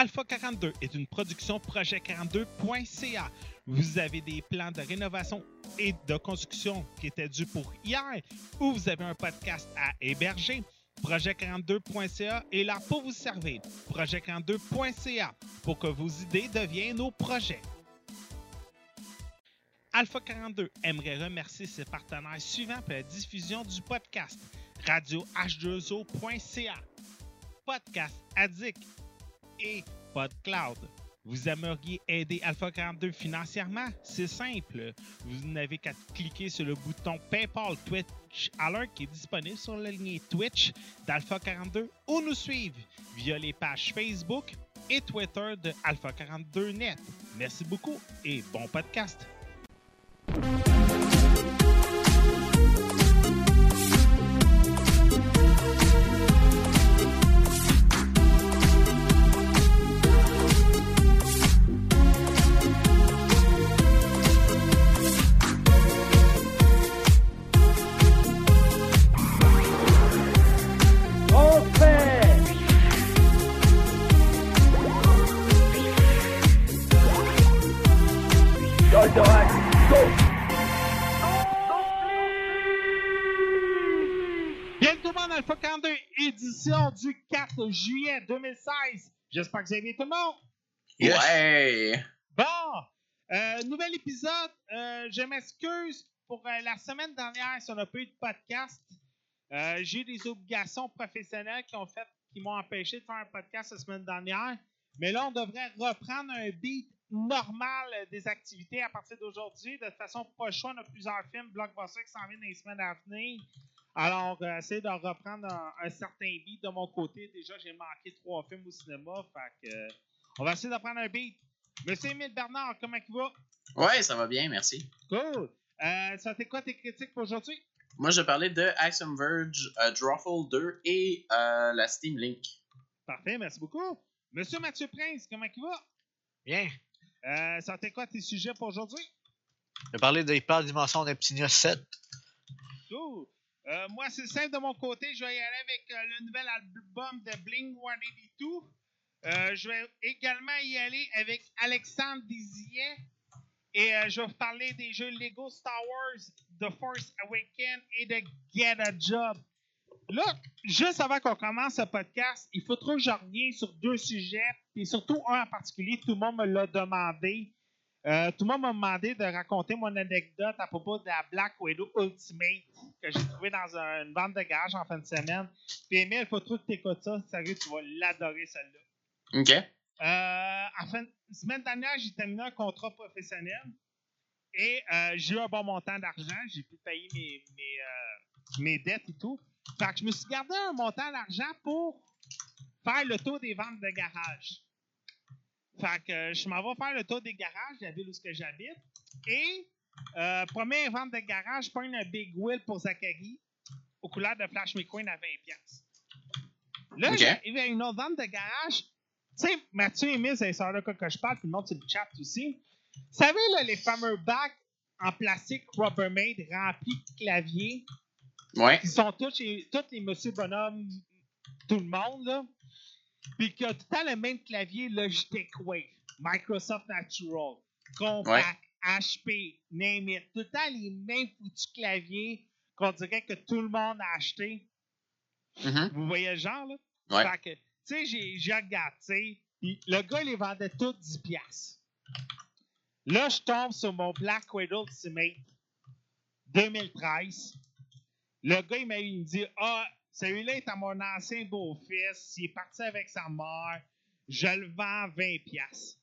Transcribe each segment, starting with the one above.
Alpha 42 est une production projet42.ca. Vous avez des plans de rénovation et de construction qui étaient dus pour hier ou vous avez un podcast à héberger. Projet42.ca est là pour vous servir. Projet42.ca pour que vos idées deviennent nos projets. Alpha 42 aimerait remercier ses partenaires suivants pour la diffusion du podcast. Radio H2O.ca, Podcast Addict et PodCloud. Vous aimeriez aider Alpha 42 financièrement? C'est simple. Vous n'avez qu'à cliquer sur le bouton PayPal Twitch Alert qui est disponible sur la ligne Twitch d'Alpha 42 ou nous suivre via les pages Facebook et Twitter de Alpha 42 Net. Merci beaucoup et bon podcast! Alpha 42, édition du 4 juillet 2016. J'espère que vous allez bien tout le monde. Yes. Ouais! Bon, nouvel épisode. Je m'excuse pour la semaine dernière si on n'a pas eu de podcast. J'ai eu des obligations professionnelles qui m'ont empêché de faire un podcast la semaine dernière. Mais là, on devrait reprendre un beat normal des activités à partir d'aujourd'hui. De toute façon, pas le choix, on a plusieurs films blockbusters qui s'en viennent dans les semaines à venir. Alors, essayer de reprendre un certain beat de mon côté. Déjà, j'ai manqué 3 films au cinéma. Fait que, on va essayer de prendre un beat. Monsieur Émile Bernard, comment il va? Ouais, ça va bien, merci. Cool. Ça fait quoi tes critiques pour aujourd'hui? Moi, je parlais de Axiom Verge, Drawful 2 et la Steam Link. Parfait, merci beaucoup. Monsieur Mathieu Prince, comment il va? Bien. Ça fait quoi tes sujets pour aujourd'hui? Je vais parler de Hyperdimension Neptunia 7. Cool. Moi, c'est simple de mon côté. Je vais y aller avec le nouvel album de Blink-182. Je vais également y aller avec Alexandre Dizier. Et je vais vous parler des jeux Lego Star Wars, The Force Awakens et de Get a Job. Là, juste avant qu'on commence ce podcast, il faut trop que je revienne sur 2 sujets. Et surtout un en particulier, tout le monde me l'a demandé. Tout le monde m'a demandé de raconter mon anecdote à propos de la Black Widow Ultimate que j'ai trouvée dans une vente de garage en fin de semaine. Puis Emile, il faut trop que tu écoutes ça. Sérieux, tu vas l'adorer celle-là. OK. En fin de semaine dernière, j'ai terminé un contrat professionnel et j'ai eu un bon montant d'argent. J'ai pu payer mes dettes et tout. Fait que je me suis gardé un montant d'argent pour faire le tour des ventes de garage. Fait que je m'en vais faire le tour des garages de la ville où j'habite. Et première vente de garage, je prends un Big Wheel pour Zachary aux couleurs de Flash McQueen à 20$. Là, Okay. j'arrive à une autre vente de garage. Tu sais, Mathieu et Emile, c'est ça de quoi que je parle, puis le monde sur le chat aussi. Vous savez, là, les fameux bacs en plastique Rubbermaid remplis de claviers, Ouais. qui sont tous les Monsieur Bonhomme, tout le monde, là. Puis qui a tout le temps le même clavier Logitech Wave, Microsoft Natural, Compaq, HP, name it. Tout le temps les mêmes foutus claviers qu'on dirait que tout le monde a acheté. Mm-hmm. Vous voyez le genre, là? Ouais. Fait que, tu sais, j'ai regardé, tu sais, le gars, il les vendait tous 10$. Là, je tombe sur mon Black Widow Ultimate 2013. Le gars, il me dit, celui-là est à mon ancien beau-fils. Il est parti avec sa mère. Je le vends 20$.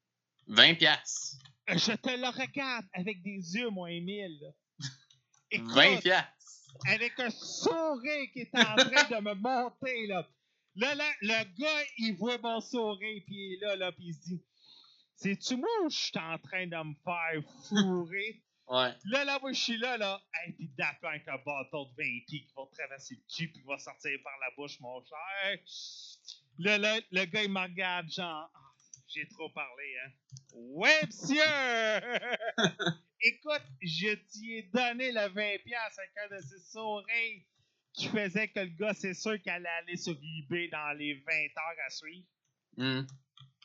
20$. Je te le regarde avec des yeux, mon Émile. Écoute, 20$. avec un sourire qui est en train de me monter, là. Là, le gars, il voit mon sourire, puis il est là, puis il se dit, c'est-tu moi ou je suis en train de me faire fourrer? Ouais. Là, moi, je suis là, et puis d'accord avec un bâton de 20 pieds qui va traverser le cul, puis va sortir par la bouche, mon cher. Là, le gars, il me regarde, genre, j'ai trop parlé, hein. Ouais, monsieur! Écoute, je t'y ai donné le 20$ avec un de ces sourires qui faisait que le gars, c'est sûr qu'elle allait aller sur eBay dans les 20 heures à suivre. Mm.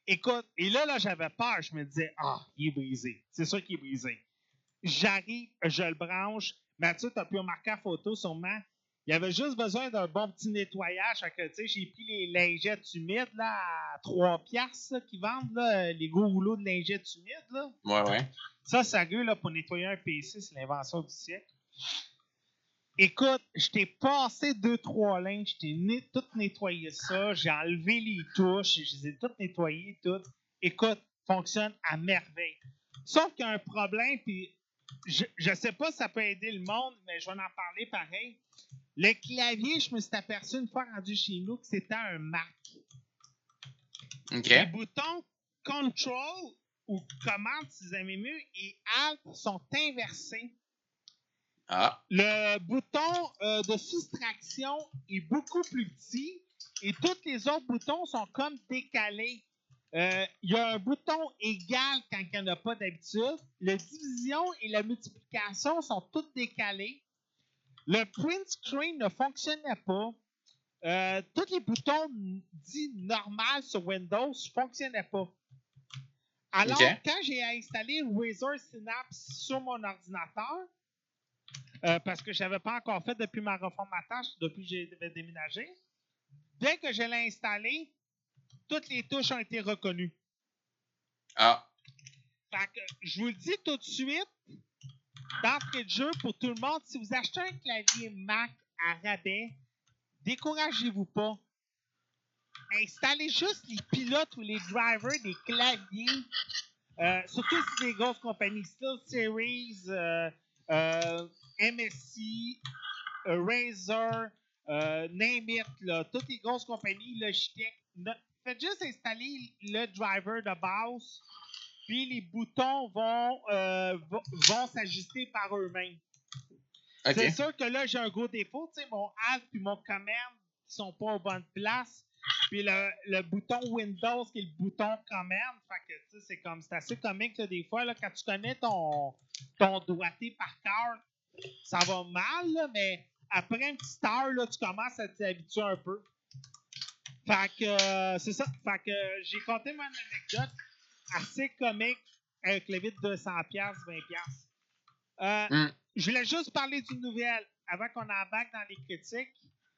Écoute, et là, j'avais peur. Je me disais, il est brisé. C'est sûr qu'il est brisé. J'arrive, je le branche. Mathieu, tu as pu remarquer la photo sûrement. Il avait juste besoin d'un bon petit nettoyage. Fait que, tu sais, j'ai pris les lingettes humides là, à 3$ là, qu'ils vendent, là, les gros rouleaux de lingettes humides. Là. Ouais. Ça, sérieux, là, pour nettoyer un PC, c'est l'invention du siècle. Écoute, je t'ai passé 2-3 linges, je t'ai tout nettoyé ça, j'ai enlevé les touches, je les ai toutes nettoyées, toutes. Écoute, fonctionne à merveille. Sauf qu'il y a un problème, puis je sais pas si ça peut aider le monde, mais je vais en parler pareil. Le clavier, je me suis aperçu une fois rendu chez nous que c'était un Mac. OK. Les boutons Control ou Command, si vous aimez mieux, et Alt sont inversés. Ah. Le bouton de soustraction est beaucoup plus petit et tous les autres boutons sont comme décalés. Il y a un bouton égal quand il n'y en a pas d'habitude. La division et la multiplication sont toutes décalées. Le print screen ne fonctionnait pas. Tous les boutons dits normaux sur Windows ne fonctionnaient pas. Alors, quand j'ai installé Razer Synapse sur mon ordinateur, parce que je n'avais pas encore fait depuis ma reformatage, depuis que j'ai déménagé, dès que je l'ai installé, toutes les touches ont été reconnues. Ah. Fait que, je vous le dis tout de suite, d'entrée de jeu pour tout le monde, si vous achetez un clavier Mac à rabais, découragez-vous pas. Installez juste les pilotes ou les drivers des claviers, surtout si des grosses compagnies, SteelSeries, MSI, Razer, name it, là, toutes les grosses compagnies, Logitech. Faites juste installer le driver de base, puis les boutons vont s'ajuster par eux-mêmes. Okay. C'est sûr que là, j'ai un gros défaut. Tu sais, mon Alt et mon Command qui sont pas aux bonnes places. Puis le bouton Windows qui est le bouton Command. Fait que, tu sais, c'est assez comique là, des fois. Là, quand tu connais ton doigté par cœur, ça va mal, là, mais après une petite heure, là, tu commences à t'habituer un peu. Fait que, c'est ça. Fait que j'ai compté mon anecdote assez comique avec le vide de 200$, 20$. Je voulais juste parler d'une nouvelle avant qu'on embarque dans les critiques.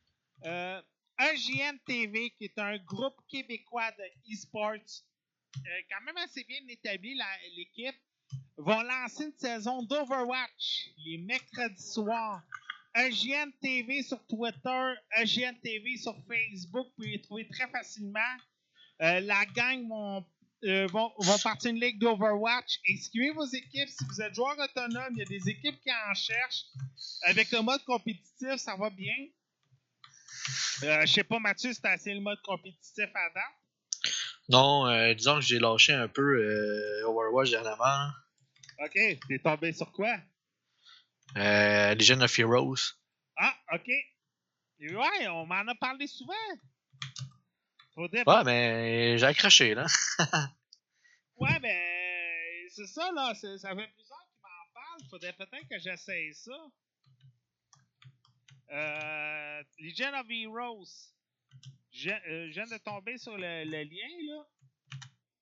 EGN TV, qui est un groupe québécois de e-sports, quand même assez bien établi, l'équipe, vont lancer une saison d'Overwatch les mercredis soirs. EGN TV sur Twitter, EGN TV sur Facebook, vous pouvez les trouver très facilement. La gang vont partir une ligue d'Overwatch. Inscrivez vos équipes. Si vous êtes joueur autonome, il y a des équipes qui en cherchent. Avec le mode compétitif, ça va bien. Je sais pas, Mathieu, si t'as essayé le mode compétitif avant. Non, disons que j'ai lâché un peu Overwatch dernièrement. Ok, t'es tombé sur quoi? Legion of Heroes. Ah, ok. Ouais, on m'en a parlé souvent. Ouais, mais j'ai accroché, là. Ouais, mais c'est ça, là. Ça fait plusieurs qui m'en parlent. Faudrait peut-être que j'essaye ça. Legion of Heroes. Je viens de tomber sur le lien, là.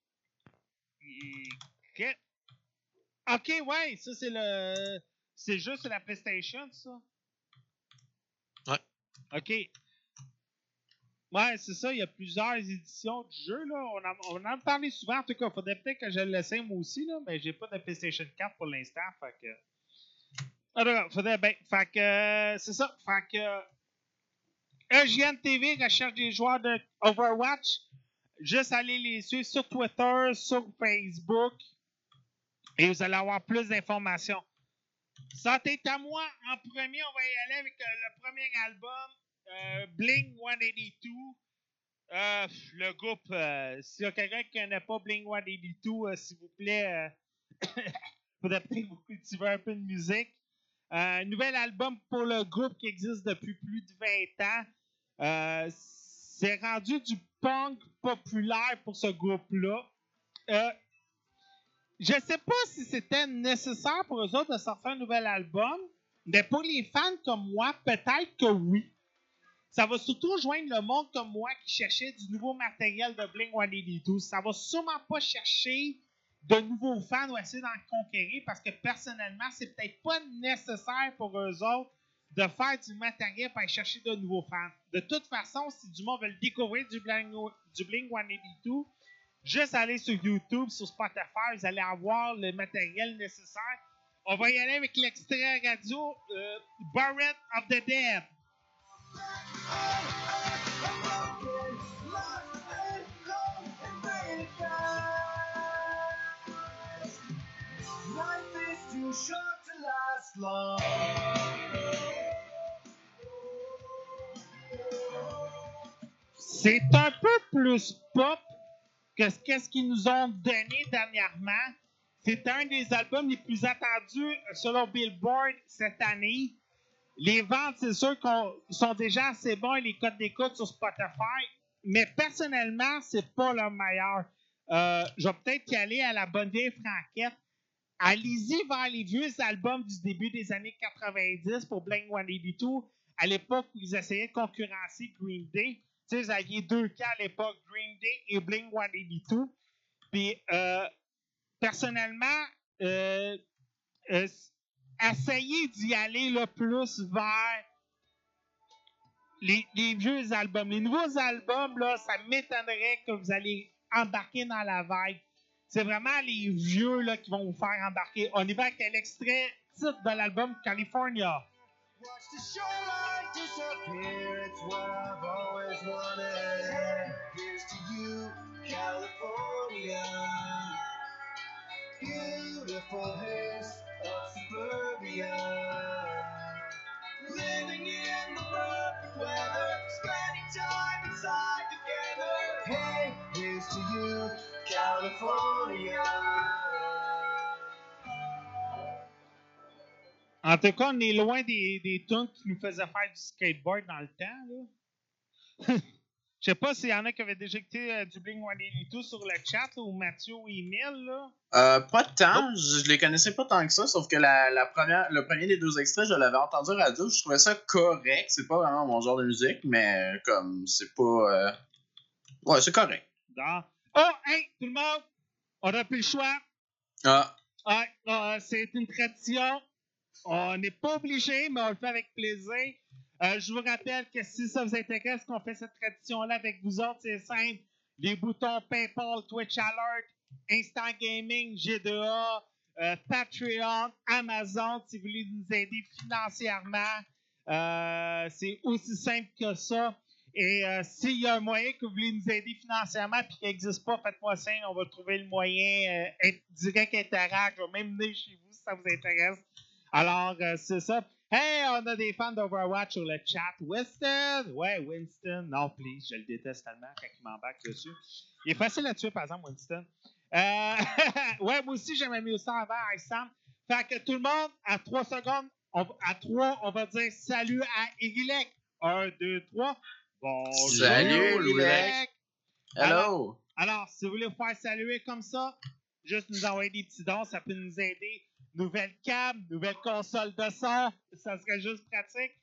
Ok, ouais, ça c'est c'est juste la PlayStation, ça? Ouais. Ok. Ouais, c'est ça, il y a plusieurs éditions du jeu, là. On en a parlé souvent, en tout cas, faudrait peut-être que je le laisse moi aussi, là, mais j'ai pas de PlayStation 4 pour l'instant, fait que... Alors, faudrait bien... Fait que, c'est ça, fait que... EGN TV recherche des joueurs de Overwatch. Juste aller les suivre sur Twitter, sur Facebook, et vous allez avoir plus d'informations. Santé à moi, en premier, on va y aller avec le premier album, Bling 182. Le groupe, s'il y a quelqu'un qui ne connaît pas Bling 182, s'il vous plaît, faudrait peut-être vous cultiver un peu de musique. Nouvel album pour le groupe qui existe depuis plus de 20 ans. C'est rendu du punk populaire pour ce groupe-là. Je sais pas si c'était nécessaire pour eux autres de sortir un nouvel album, mais pour les fans comme moi, peut-être que oui. ça va surtout joindre le monde comme moi qui cherchait du nouveau matériel de Blink-182. Ça va sûrement pas chercher de nouveaux fans ou essayer d'en conquérir parce que personnellement, c'est peut-être pas nécessaire pour eux autres de faire du matériel pour aller chercher de nouveaux fans. De toute façon, si du monde veut le découvrir du Blink-182, juste aller sur YouTube, sur Spotify, vous allez avoir le matériel nécessaire. On va y aller avec l'extrait radio Buried of the Dead. C'est un peu plus pop que ce qu'ils nous ont donné dernièrement. C'est un des albums les plus attendus selon Billboard cette année. Les ventes, c'est sûr sont déjà assez bons, les codes d'écoute sur Spotify, mais personnellement, c'est pas le meilleur. Je vais peut-être y aller à la bonne vieille franquette. Allez-y vers les vieux albums du début des années 90 pour Blink-182, à l'époque où ils essayaient de concurrencer Green Day. Tu sais, vous aviez deux cas à l'époque, Green Day et Blink-182. Puis, personnellement, essayez d'y aller le plus vers les vieux albums. Les nouveaux albums, là, ça m'étonnerait que vous allez embarquer dans la vague. C'est vraiment les vieux là, qui vont vous faire embarquer. On y va avec l'extrait titre de l'album California. Watch the shoreline disappear, it's what I've always wanted. Here's to you, California. Beautiful haze of suburbia. Living in the perfect weather, spending time inside together. Hey, here's to you, California. En tout cas, on est loin des tunes qui nous faisaient faire du skateboard dans le temps. Là. Je sais pas s'il y en a qui avaient déjà écouté du Blink-182 sur le chat, là, ou Mathieu ou Emile. Là. Pas de temps, je les connaissais pas tant que ça, sauf que le premier des deux extraits, je l'avais entendu à radio, je trouvais ça correct. C'est pas vraiment mon genre de musique, mais comme c'est pas. Ouais, c'est correct. Oh, hey, tout le monde! On n'a plus le choix. C'est une tradition. On n'est pas obligé, mais on le fait avec plaisir. Je vous rappelle que si ça vous intéresse qu'on fait cette tradition-là avec vous autres, c'est simple. Les boutons PayPal, Twitch Alert, Instant Gaming, GDA, Patreon, Amazon, si vous voulez nous aider financièrement. C'est aussi simple que ça. Et s'il y a un moyen que vous voulez nous aider financièrement et qu'il n'existe pas, faites-moi signe, on va trouver le moyen direct Interact. Je vais même venir chez vous si ça vous intéresse. Alors, c'est ça. Hey, on a des fans d'Overwatch sur le chat. Winston! Ouais, Winston. Non, please, je le déteste tellement quand il m'embarque dessus. Il est facile à tuer, par exemple, Winston. Ouais, moi aussi, j'aimais mieux ça avant, Sam. Fait que tout le monde, à 3 secondes, à 3, on va dire salut à Igilek. 1, 2, 3. Bonjour, salut, Igilek. Hello. Alors, si vous voulez vous faire saluer comme ça, juste nous envoyer des petits dons, ça peut nous aider. Nouvelle cam, nouvelle console de son, ça serait juste pratique.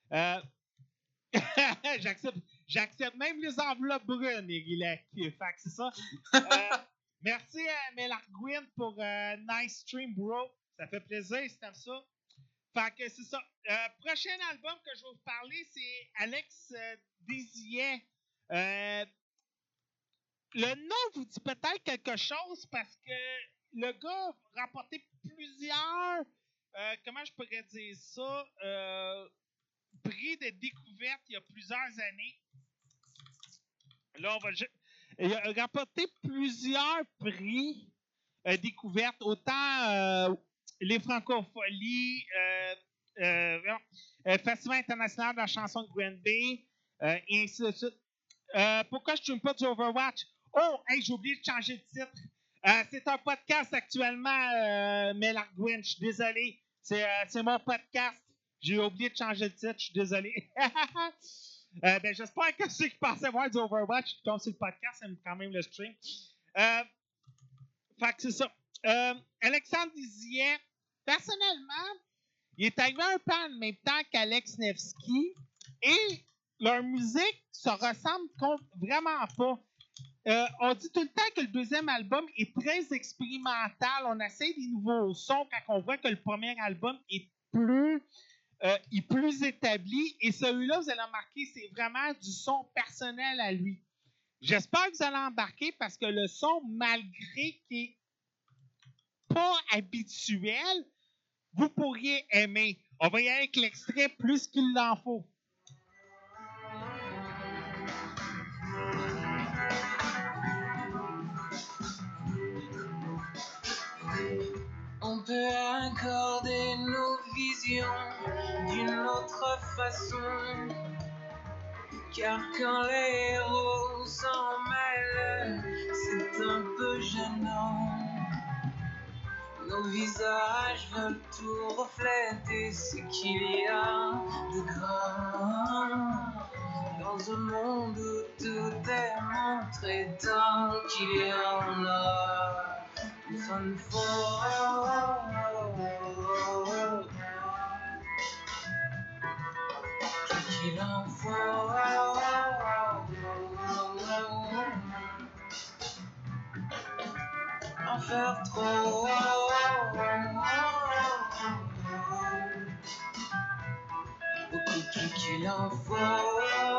J'accepte même les enveloppes brunes, Igilek. Fait que c'est ça. Merci à Melarguin pour Nice Stream, bro. Ça fait plaisir si t'aimes ça. Fait que c'est ça. Prochain album que je vais vous parler, c'est Alex Désillet. Le nom vous dit peut-être quelque chose parce que le gars a remporté plusieurs, comment je pourrais dire ça, prix de découverte il y a plusieurs années. Là, il a remporté plusieurs prix découvertes, autant les Francopholies, Festival international de la chanson de Green Bay, et ainsi de suite. Pourquoi je ne stream pas du Overwatch? Oh, hey, j'ai oublié de changer de titre. C'est un podcast actuellement, Melarguin. Je suis désolé. C'est mon podcast. J'ai oublié de changer de titre. Je suis désolé. J'espère que ceux qui pensaient voir du Overwatch qui tombent sur le podcast aiment quand même le stream. Fait que c'est ça. Alexandre Désillet, personnellement, il est arrivé un peu en même temps qu'Alex Nevsky. Et leur musique se ressemble vraiment pas. On dit tout le temps que le deuxième album est très expérimental. On essaie des nouveaux sons quand on voit que le premier album est plus établi. Et celui-là, vous allez remarquer, c'est vraiment du son personnel à lui. J'espère que vous allez embarquer parce que le son, malgré qu'il n'est pas habituel, vous pourriez aimer. On va y aller avec l'extrait plus qu'il en faut. On peut accorder nos visions d'une autre façon. Car quand les héros s'en mêlent, c'est un peu gênant. Nos visages veulent tout refléter ce qu'il y a de grand. Dans un monde où tout est montré tant qu'il y en a. Fun for qu'il en faut en faire trop beaucoup plus qu'il en faut.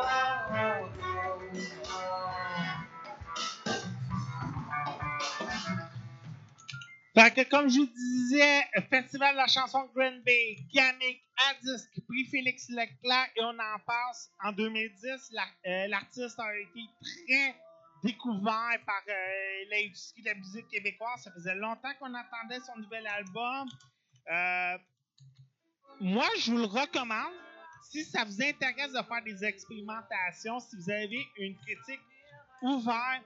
Fait que, comme je vous disais, Festival de la chanson de Green Bay, Yannick, à disque, prix Félix Leclerc, et on en passe. En 2010, l'artiste a été très découvert par l'industrie de la musique québécoise. Ça faisait longtemps qu'on attendait son nouvel album. Moi, je vous le recommande. Si ça vous intéresse de faire des expérimentations, si vous avez une critique ouverte,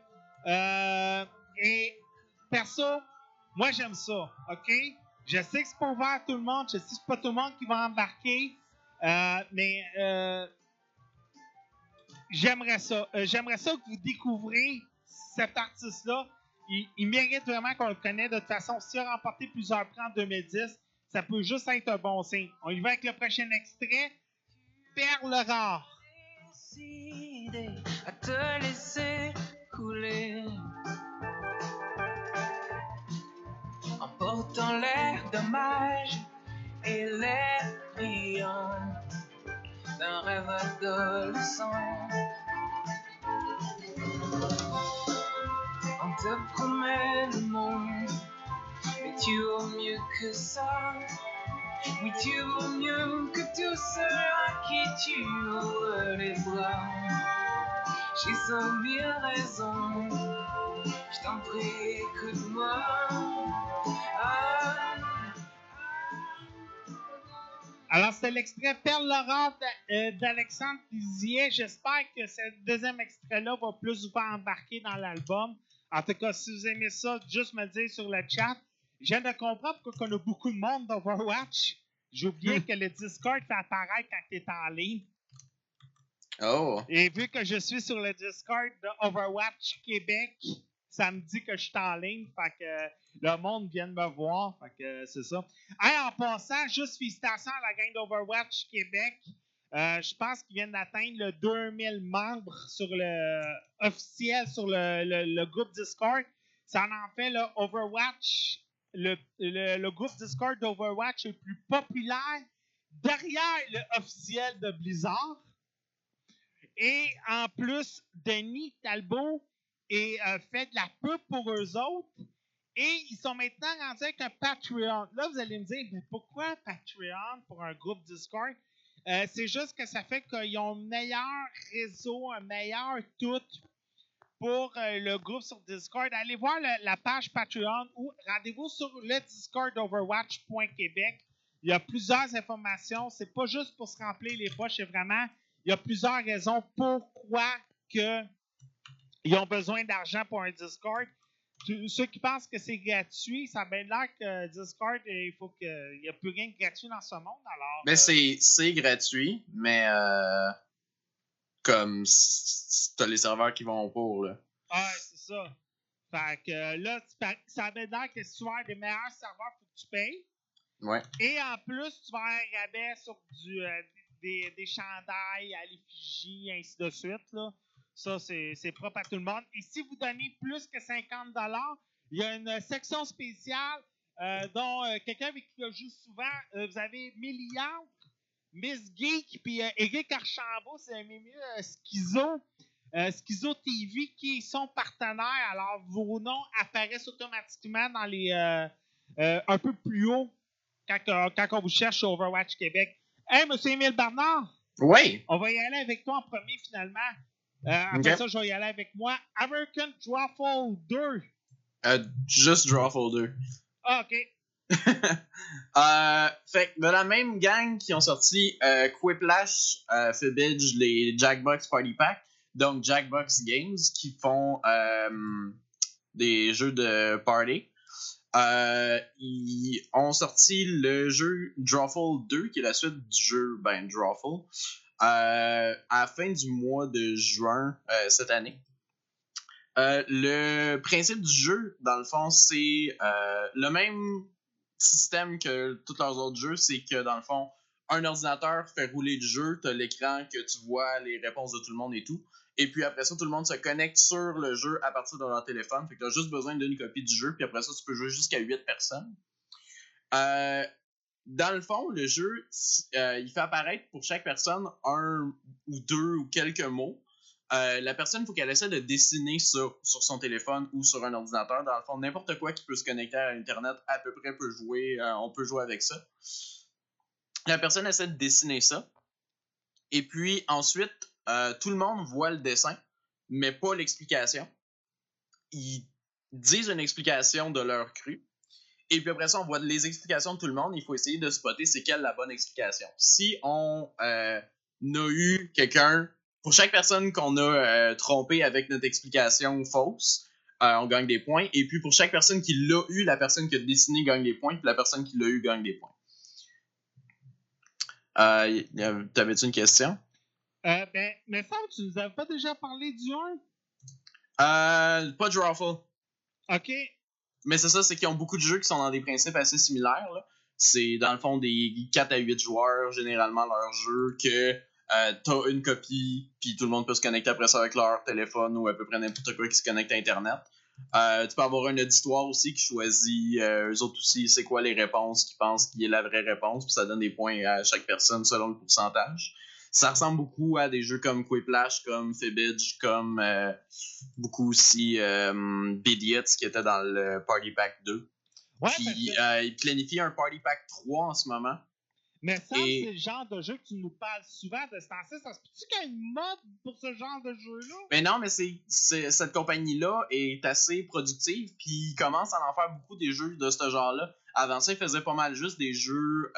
et perso, moi, j'aime ça, OK? Je sais que c'est pas ouvert à tout le monde. Je sais que c'est pas tout le monde qui va embarquer. Mais j'aimerais ça. J'aimerais ça que vous découvrez cet artiste-là. Il mérite vraiment qu'on le connaisse. De toute façon, s'il a remporté plusieurs prix en 2010, ça peut juste être un bon signe. On y va avec le prochain extrait. Perle rare. Décidé à te laisser couler. En portant l'air dommage et l'air brillant d'un rêve adolescent. On te promet le monde, mais tu vaux mieux que ça. Oui, tu vaux mieux que tous ceux à qui tu ouvres les bras. J'ai 100 000 raisons, je t'en prie, écoute-moi. Alors, c'est l'extrait Perle rare d'Alexandre Lizier. J'espère que ce deuxième extrait-là va plus vous faire embarquer dans l'album. En tout cas, si vous aimez ça, juste me dire sur le chat. Je viens de comprendre pourquoi on a beaucoup de monde d'Overwatch. J'ai oublié que le Discord fait apparaître quand tu es en ligne. Oh! Et vu que je suis sur le Discord de Overwatch Québec, ça me dit que je suis en ligne. Fait que le monde vient de me voir. Fait que c'est ça. Hey, en passant, juste félicitations à la gang d'Overwatch Québec. Je pense qu'ils viennent d'atteindre le 2000 membres sur officiel sur le groupe Discord. Ça en fait le Overwatch, le groupe Discord d'Overwatch le plus populaire derrière le officiel de Blizzard. Et en plus, Denis Talbot fait de la pub pour eux autres. Et ils sont maintenant rendus avec un Patreon. Là, vous allez me dire, mais pourquoi Patreon pour un groupe Discord? C'est juste que ça fait qu'ils ont un meilleur réseau, un meilleur tout pour le groupe sur Discord. Allez voir la page Patreon ou rendez-vous sur le Discord d'Overwatch.Québec. Il y a plusieurs informations. C'est pas juste pour se remplir les poches, c'est vraiment... Il y a plusieurs raisons pourquoi ils ont besoin d'argent pour un Discord. Ceux qui pensent que c'est gratuit, ça a bien l'air que Discord, il n'y a plus rien de gratuit dans ce monde. Alors, Mais c'est gratuit, mais comme t'as les serveurs qui vont pour, là. Ouais, c'est ça. Fait que là, ça a bien l'air que si tu veux avoir des meilleurs serveurs, il faut que tu payes. Ouais. Et en plus, tu vas avoir un rabais sur des chandails à l'effigie, ainsi de suite. Là. Ça, c'est propre à tout le monde. Et si vous donnez plus que 50 $, il y a une section spéciale dont quelqu'un avec qui je joue souvent, vous avez Milliard, Miss Geek, puis Eric Archambault, c'est un milieu Schizo TV qui sont partenaires. Alors, vos noms apparaissent automatiquement dans les un peu plus haut quand on vous cherche sur Overwatch Québec. Hey, monsieur Émile Bernard! Oui! On va y aller avec toi en premier, finalement. Après ça, je vais y aller avec moi. American Drawful 2. Juste Drawful 2. Ah, OK. Fait que de la même gang qui ont sorti Quiplash, Fibbage, les Jackbox Party Pack, donc Jackbox Games, qui font des jeux de party. Ils ont sorti le jeu Drawful 2, qui est la suite du jeu Drawful, à la fin du mois de juin cette année. Le principe du jeu, dans le fond, c'est le même système que tous leurs autres jeux, c'est que dans le fond, un ordinateur fait rouler le jeu, t'as l'écran que tu vois les réponses de tout le monde et tout, et puis après ça, tout le monde se connecte sur le jeu à partir de leur téléphone, fait que t'as juste besoin d'une copie du jeu, puis après ça, tu peux jouer jusqu'à 8 personnes. Dans le fond, le jeu, il fait apparaître pour chaque personne un ou deux ou quelques mots. La personne, il faut qu'elle essaie de dessiner sur son téléphone ou sur un ordinateur. Dans le fond, n'importe quoi qui peut se connecter à Internet à peu près peut jouer. On peut jouer avec ça. La personne essaie de dessiner ça. Et puis ensuite, tout le monde voit le dessin, mais pas l'explication. Ils disent une explication de leur cru. Et puis après ça, on voit les explications de tout le monde. Il faut essayer de spotter c'est quelle la bonne explication. Si on a eu quelqu'un... Pour chaque personne qu'on a trompé avec notre explication fausse, on gagne des points. Et puis pour chaque personne qui l'a eu, la personne qui a dessiné gagne des points. Puis la personne qui l'a eu gagne des points. T'avais-tu une question? Mais ça, tu nous avais pas déjà parlé du 1? Pas de Drawful. OK. Mais c'est ça, c'est qu'ils ont beaucoup de jeux qui sont dans des principes assez similaires. Là. C'est dans le fond des 4 à 8 joueurs, généralement, leur jeu, que t'as une copie, puis tout le monde peut se connecter après ça avec leur téléphone ou à peu près n'importe quoi qui se connecte à Internet. Tu peux avoir un auditoire aussi qui choisit, eux autres aussi, c'est quoi les réponses qu'ils pensent qui est la vraie réponse, puis ça donne des points à chaque personne selon le pourcentage. Ça ressemble beaucoup à des jeux comme Quiplash, comme Fibbage, comme beaucoup aussi Bidiots qui était dans le Party Pack 2. Ouais, puis il planifie un Party Pack 3 en ce moment. Mais ça, c'est le genre de jeu que tu nous parles souvent de ce temps-ci. Ça se peut-tu qu'il y a une mode pour ce genre de jeu-là? Mais non, mais cette compagnie-là est assez productive, puis ils commencent à en faire beaucoup des jeux de ce genre-là. Avant ça, ils faisaient pas mal juste des jeux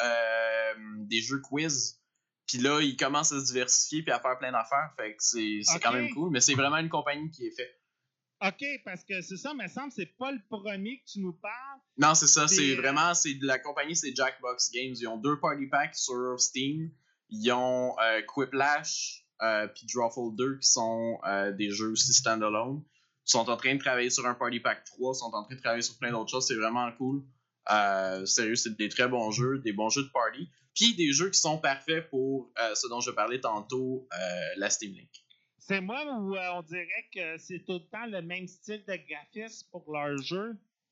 quiz. Puis là, ils commencent à se diversifier puis à faire plein d'affaires. Fait que c'est quand même cool, mais c'est vraiment une compagnie qui est faite. OK, parce que c'est ça, me semble, c'est pas le premier que tu nous parles. Non, c'est ça, c'est vraiment, la compagnie, c'est Jackbox Games. Ils ont 2 party packs sur Steam. Ils ont Quiplash puis Drawful 2 qui sont des jeux aussi standalone. Ils sont en train de travailler sur un party pack 3, ils sont en train de travailler sur plein d'autres choses, c'est vraiment cool. Sérieux, c'est des très bons jeux, des bons jeux de party. Puis des jeux qui sont parfaits pour ce dont je parlais tantôt, la Steam Link. C'est moi où on dirait que c'est tout le temps le même style de graphisme pour leur jeu?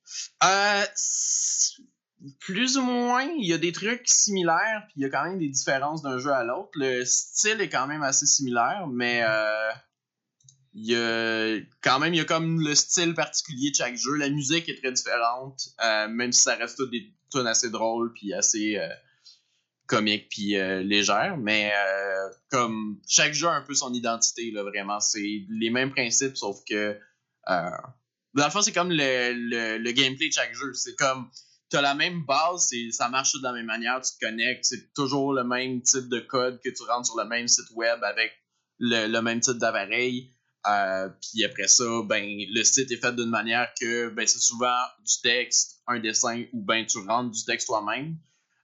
Plus ou moins, il y a des trucs similaires, puis il y a quand même des différences d'un jeu à l'autre. Le style est quand même assez similaire, mais il y a comme le style particulier de chaque jeu. La musique est très différente, même si ça reste toutes des tunes assez drôles, puis assez comiques, puis légères. Mais comme chaque jeu a un peu son identité, là, vraiment. C'est les mêmes principes, sauf que dans le fond, c'est comme le gameplay de chaque jeu. C'est comme t'as la même base, ça marche de la même manière, tu te connectes, c'est toujours le même type de code que tu rentres sur le même site web avec le même type d'appareil. Puis après ça, le site est fait d'une manière que c'est souvent du texte, un dessin, ou tu rentres du texte toi-même.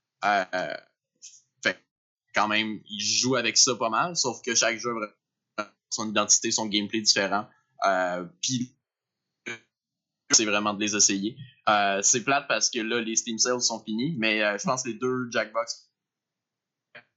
Fait quand même, ils jouent avec ça pas mal, sauf que chaque jeu a son identité, son gameplay différent. Puis c'est vraiment de les essayer. C'est plate parce que là, les Steam Sales sont finis, mais je pense que les 2 Jackbox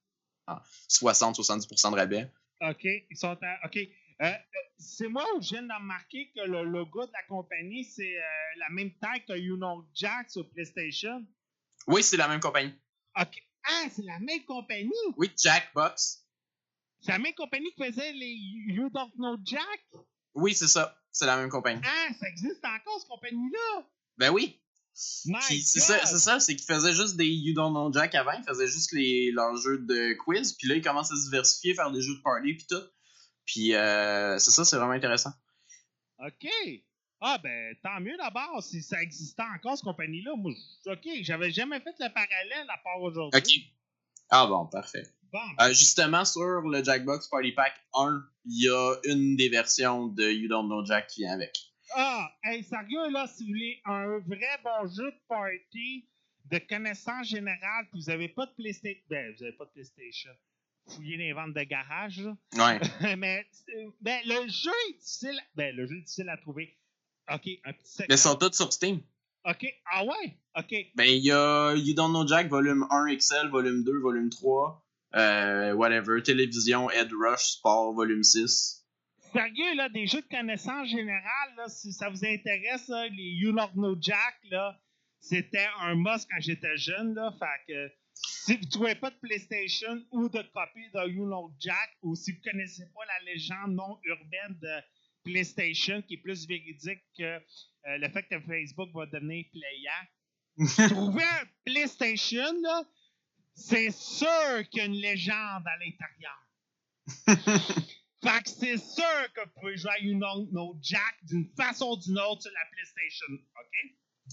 60-70% de rabais. OK. Ils sont OK. C'est moi où je viens de remarquer que le logo de la compagnie, c'est la même taille que Union Jack sur PlayStation. Oui, c'est la même compagnie. OK. Ah, c'est la même compagnie? Oui, Jackbox. C'est la même compagnie qui faisait les You Don't Know Jack? Oui, c'est ça. C'est la même compagnie. Ah, ça existe encore, cette compagnie-là? Ben oui. My Puis c'est God! ça, c'est qu'ils faisaient juste des You Don't Know Jack avant, ils faisaient juste leurs jeux de quiz, puis là ils commencent à se diversifier, faire des jeux de party puis tout. Puis c'est ça, c'est vraiment intéressant. OK. Ah, ben, tant mieux d'abord si ça existait encore, cette compagnie-là. Moi, OK, j'avais jamais fait le parallèle à part aujourd'hui. OK. Ah bon, parfait. Bon, ben, Justement, sur le Jackbox Party Pack 1, il y a une des versions de You Don't Know Jack qui vient avec. ah, hey, sérieux, là, si vous voulez un vrai bon jeu de party de connaissance générale, puis vous n'avez pas de PlayStation. Ben, vous n'avez pas de PlayStation. Fouillez les ventes de garage, là. Ouais. Mais, ben, le jeu est difficile. Ben, le jeu est difficile à trouver. OK, un petit secret. Mais ils sont tous sur Steam. OK, ah ouais? OK. Ben, il y a You Don't Know Jack, volume 1 XL, volume 2, volume 3, whatever, télévision, Ed Rush, Sport, volume 6. Sérieux, là, des jeux de connaissance générale, là, si ça vous intéresse, là, les You Don't Know Jack, là, c'était un must quand j'étais jeune, là. Fait que si vous ne trouvez pas de PlayStation ou de copie de You Know Jack, ou si vous ne connaissez pas la légende non urbaine de PlayStation, qui est plus véridique que le fait que Facebook va devenir payant, trouver un PlayStation, là, c'est sûr qu'il y a une légende à l'intérieur. Fait que c'est sûr que vous pouvez jouer à You Don't Know Jack d'une façon ou d'une autre sur la PlayStation, OK?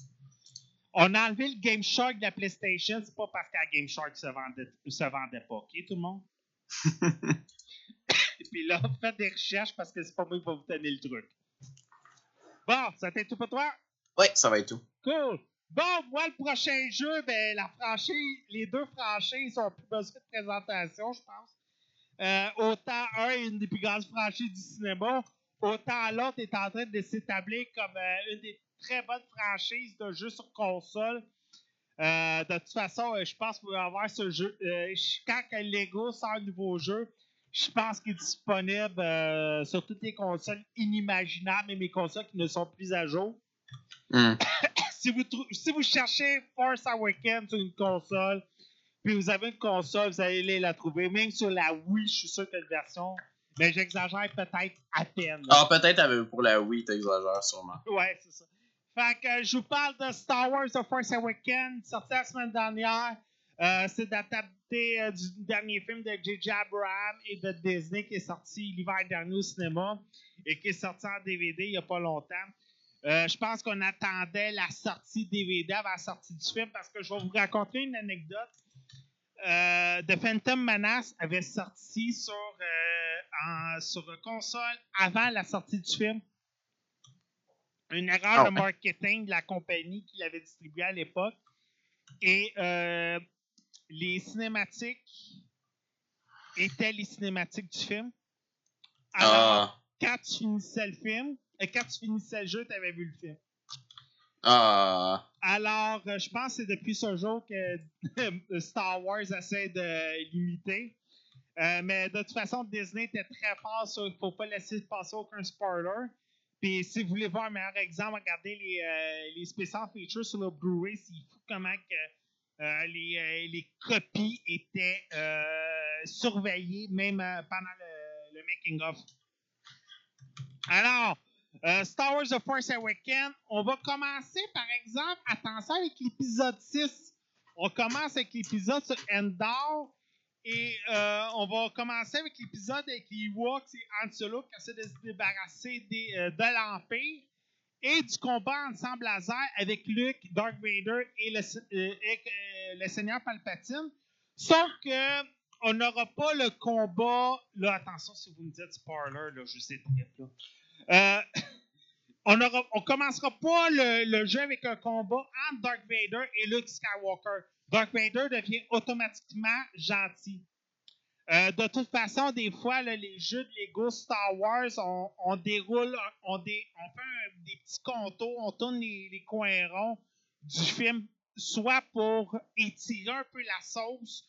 On a enlevé le Game Shark de la PlayStation, c'est pas parce que la Game Shark se vendait pas, OK, tout le monde? Et puis là, faites des recherches parce que c'est pas moi qui va vous donner le truc. Bon, ça t'est tout pour toi? Ouais, ça va être tout. Cool! Bon, moi, le prochain jeu, ben, les deux franchises ont plus besoin de présentation, je pense. Autant un est une des plus grandes franchises du cinéma, autant l'autre est en train de s'établir comme une des très bonnes franchises de jeux sur console. De toute façon, je pense qu'il va y avoir ce jeu. Quand Lego sort un nouveau jeu, je pense qu'il est disponible sur toutes les consoles inimaginables, même les consoles qui ne sont plus à jour. Si vous cherchez Force Awakens sur une console, puis vous avez une console, vous allez la trouver. Même sur la Wii, je suis sûr qu'il y a une version. Mais j'exagère peut-être à peine. Là. Ah, peut-être pour la Wii, t'exagères sûrement. Ouais, c'est ça. Fait que je vous parle de Star Wars The Force Awakens, sorti la semaine dernière. C'est adapté du dernier film de J.J. Abrams et de Disney qui est sorti l'hiver dernier au cinéma et qui est sorti en DVD il n'y a pas longtemps. Je pense qu'on attendait la sortie DVD avant la sortie du film parce que je vais vous raconter une anecdote. The Phantom Menace avait sorti sur console avant la sortie du film. Une erreur de marketing de la compagnie qui l'avait distribué à l'époque. Et les cinématiques étaient les cinématiques du film. Alors, quand tu finissais le film, quand tu finissais le jeu, tu avais vu le film. Alors, je pense que c'est depuis ce jour que Star Wars essaie de l'imiter. Mais de toute façon, Disney était très fort sur il ne faut pas laisser passer aucun spoiler. Puis si vous voulez voir un meilleur exemple, regardez les special features sur le Blu-ray. C'est fou comment que les copies étaient surveillées, même pendant le making-of. Alors, Star Wars The Force Awakens, on va commencer, par exemple, attention avec l'épisode 6. On commence avec l'épisode sur Endor. Et on va commencer avec l'épisode avec les Ewoks et Han Solo qui essaient de se débarrasser de l'Empire et du combat ensemble laser avec Luke, Darth Vader et le Seigneur Palpatine. Sauf que on n'aura pas le combat. Là, attention si vous me dites spoiler, là, je sais très là. On commencera pas le jeu avec un combat entre Darth Vader et Luke Skywalker. Darth Vader devient automatiquement gentil. De toute façon, des fois, là, les jeux de Lego Star Wars, on déroule, on fait des petits contours, on tourne les coins ronds du film, soit pour étirer un peu la sauce,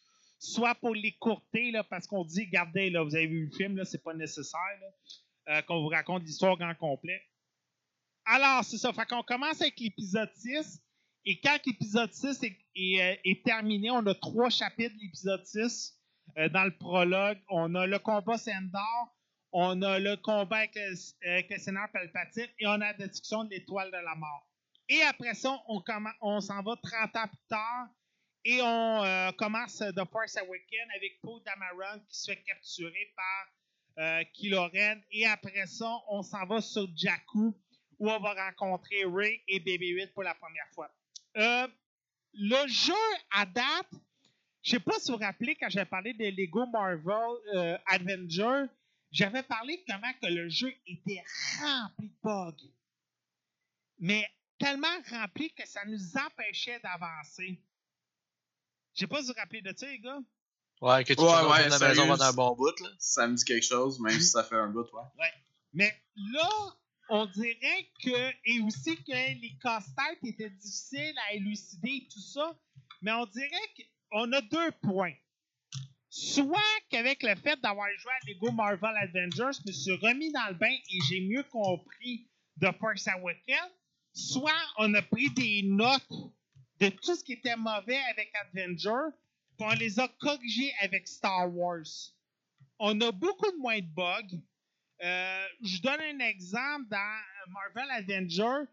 soit pour l'écourter, là, parce qu'on dit, regardez, là, vous avez vu le film, là, c'est pas nécessaire là, qu'on vous raconte l'histoire en complet. Alors, c'est ça. Fait qu'on commence avec l'épisode 6. Et quand l'épisode 6 est terminé, on a 3 chapitres de l'épisode 6. Dans le prologue, on a le combat Sandor, on a le combat avec le Sénateur Palpatine et on a la destruction de l'étoile de la mort. Et après ça, on s'en va 30 ans plus tard et on commence The Force Awakens avec Poe Dameron qui se fait capturer par Kylo Ren. Et après ça, on s'en va sur Jakku où on va rencontrer Rey et BB-8 pour la première fois. Le jeu, à date, je sais pas si vous vous rappelez, quand j'avais parlé de Lego Marvel Avenger, j'avais parlé comment que le jeu était rempli de bugs. Mais tellement rempli que ça nous empêchait d'avancer. Je sais pas si vous vous rappelez de ça, les gars. Ouais, que tu ouais, la maison pendant un bon bout, là. Ça me dit quelque chose, même si ça fait un bout, ouais. Mais là, on dirait que, et aussi que les casse-têtes étaient difficiles à élucider et tout ça, mais on dirait qu'on a 2 points. Soit qu'avec le fait d'avoir joué à Lego Marvel Avengers, je me suis remis dans le bain et j'ai mieux compris The Force Awakens, soit on a pris des notes de tout ce qui était mauvais avec Avengers, puis on les a corrigés avec Star Wars. On a beaucoup de moins de bugs. Je donne un exemple dans Marvel Avengers.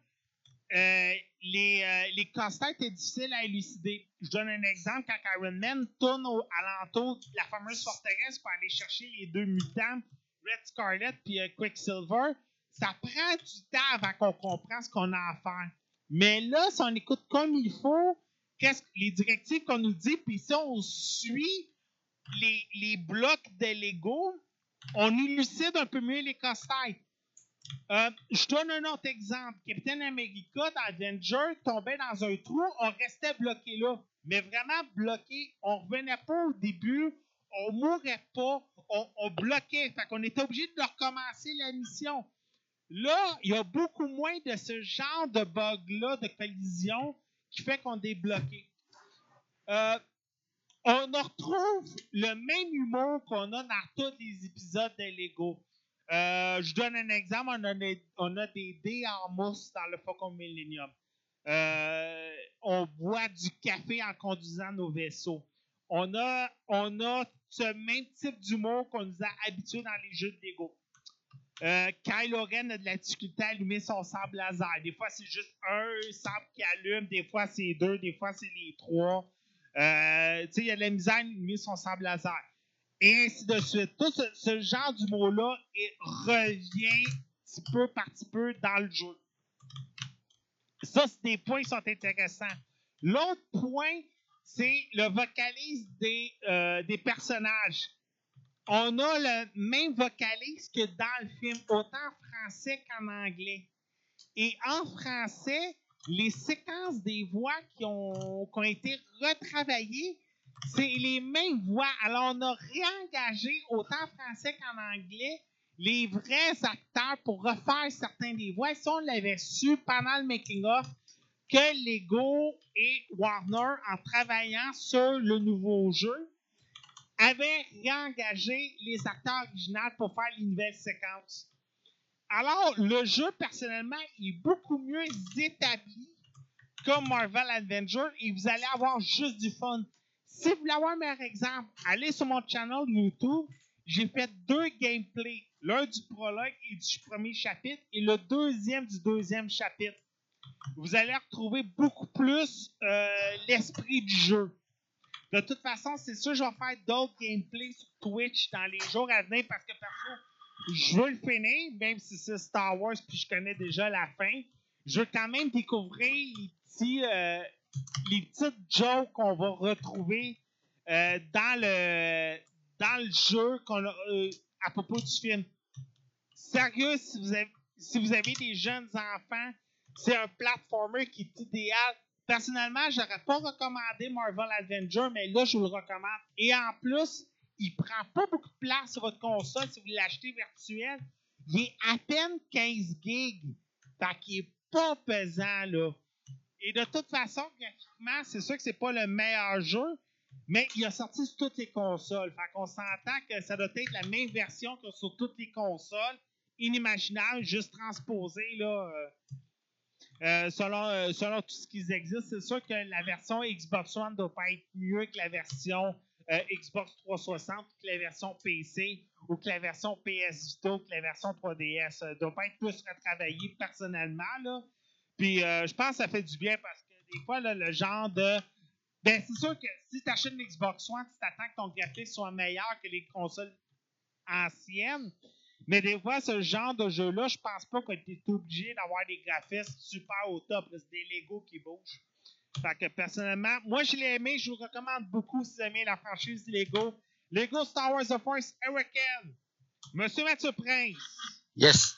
Les casse-têtes étaient difficiles à élucider. Je donne un exemple quand Iron Man tourne alentour de la fameuse forteresse pour aller chercher les 2 mutants, Red Scarlet et Quicksilver. Ça prend du temps avant qu'on comprenne ce qu'on a à faire. Mais là, si on écoute comme il faut, les directives qu'on nous dit, puis si on suit les blocs de Lego, on élucide un peu mieux les casse-têtes. Je donne un autre exemple. Captain America dans Avenger tombait dans un trou, on restait bloqué là. Mais vraiment bloqué. On revenait pas au début, on mourait pas, on bloquait. Fait qu'on était obligé de recommencer la mission. Là, il y a beaucoup moins de ce genre de bug-là, de collision, qui fait qu'on est bloqué. On retrouve le même humour qu'on a dans tous les épisodes de Lego. Je donne un exemple, on a des dés en mousse dans le Faucon Millennium. On boit du café en conduisant nos vaisseaux. On a ce même type d'humour qu'on nous a habitués dans les jeux de Lego. Kylo Ren a de la difficulté à allumer son sabre laser. Des fois, c'est juste un sabre qui allume, des fois, c'est 2, des fois, c'est les 3. Il y a de la misère à allumer son sabre laser. Et ainsi de suite. Tout ce genre d'humour-là revient petit peu par petit peu dans le jeu. Ça, c'est des points qui sont intéressants. L'autre point, c'est le vocalise des personnages. On a le même vocalise que dans le film, autant en français qu'en anglais. Et en français, les séquences des voix qui ont été retravaillées, c'est les mêmes voix. Alors, on a réengagé, autant en français qu'en anglais, les vrais acteurs pour refaire certains des voix. Si on l'avait su pendant le making-of, que Lego et Warner, en travaillant sur le nouveau jeu, avaient réengagé les acteurs originaux pour faire les nouvelles séquences. Alors, le jeu, personnellement, est beaucoup mieux établi que Marvel Avenger et vous allez avoir juste du fun. Si vous voulez avoir un meilleur exemple, allez sur mon channel YouTube. J'ai fait 2 gameplays. L'un du prologue et du premier chapitre et le deuxième du deuxième chapitre. Vous allez retrouver beaucoup plus l'esprit du jeu. De toute façon, c'est sûr, je vais faire d'autres gameplays sur Twitch dans les jours à venir parce que parfois, je veux le finir, même si c'est Star Wars puis je connais déjà la fin. Je veux quand même découvrir les petites jokes qu'on va retrouver dans le jeu à propos du film. Sérieux, si vous avez des jeunes enfants, c'est un platformer qui est idéal. Personnellement, j'aurais pas recommandé Marvel Avenger, mais là, je vous le recommande. Et en plus, il prend pas beaucoup de place sur votre console si vous l'achetez virtuel. Il est à peine 15 gigs. Fait qu'il est pas pesant, là. Et de toute façon, graphiquement, c'est sûr que c'est pas le meilleur jeu, Mais il a sorti sur toutes les consoles. Fait qu'on s'entend que ça doit être la même version que sur toutes les consoles. Inimaginable, juste transposé là, selon tout ce qui existe. C'est sûr que la version Xbox One doit pas être mieux que la version Xbox 360, que la version PC, ou que la version PS Vita, ou que la version 3DS. Doit pas être plus retravaillé personnellement. Là. Puis je pense que ça fait du bien parce que des fois, là, le genre de... Ben, c'est sûr que si tu achètes une Xbox One, tu t'attends que ton graphisme soit meilleur que les consoles anciennes. Mais des fois, ce genre de jeu-là, je pense pas que tu es obligé d'avoir des graphismes super au top. Là, c'est des Lego qui bougent. Fait que personnellement, moi je l'ai aimé, je vous recommande beaucoup si vous aimez la franchise Lego. Lego Star Wars The Force Awakens. Monsieur Mathieu Prince. Yes.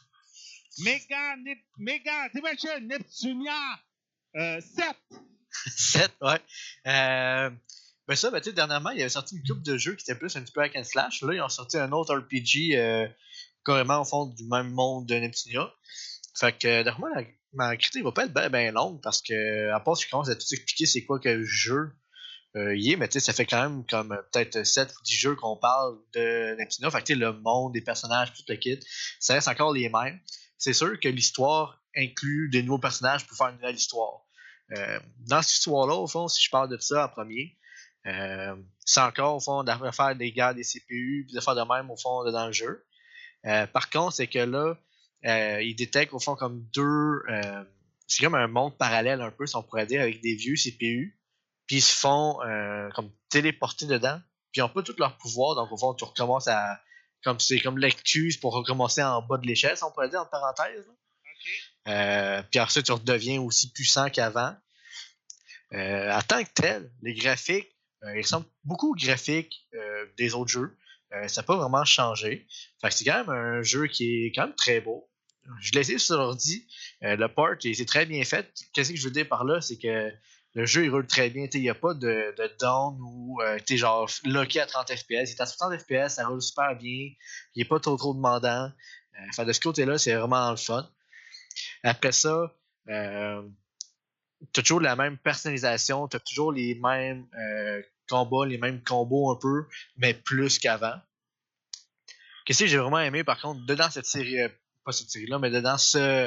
Mega Dimension Neptunia 7. 7, ouais. Ben ça, ben tu sais, dernièrement, il y avait sorti une couple de jeux qui étaient plus un petit peu hack and slash. Là, ils ont sorti un autre RPG carrément au fond du même monde de Neptunia. Fait que, d'après moi, ma critique va pas être bien longue parce que, à part si je commence à tout expliquer c'est quoi que le jeu y est, mais tu sais, ça fait quand même comme peut-être 7 ou 10 jeux qu'on parle de Neptunia. Fait que, tu sais, le monde, les personnages, tout le kit, ça reste encore les mêmes. C'est sûr que l'histoire inclut des nouveaux personnages pour faire une nouvelle histoire. Dans cette histoire-là, au fond, si je parle de ça en premier, c'est encore, au fond, de faire des guerres des CPU puis de faire de même, au fond, dans le jeu. Par contre, c'est que là, ils détectent, au fond, comme deux... c'est comme un monde parallèle, un peu, si on pourrait dire, avec des vieux CPU. Puis ils se font comme téléporter dedans. Puis ils n'ont pas tout leur pouvoir, donc au fond, tu recommences à... Comme c'est comme l'excuse pour recommencer en bas de l'échelle, si on pourrait dire, entre parenthèses. Puis après ça, tu redeviens aussi puissant qu'avant. En tant que tel, les graphiques, ils ressemblent beaucoup aux graphiques des autres jeux. Ça n'a pas vraiment changé. Fait que c'est quand même un jeu qui est quand même très beau. Je l'ai essayé sur l'ordi. Le port, c'est très bien fait. Qu'est-ce que je veux dire par là? C'est que le jeu, il roule très bien. Il n'y a pas de down ou t'es genre locké à 30 FPS. Il est à 60 FPS, ça roule super bien. Il n'est pas trop demandant. Fait de ce côté-là, c'est vraiment le fun. Après ça, t'as toujours la même personnalisation, t'as toujours les mêmes combats, les mêmes combos un peu, mais plus qu'avant. Qu'est-ce que j'ai vraiment aimé par contre, dedans cette série, pas cette série-là, mais dedans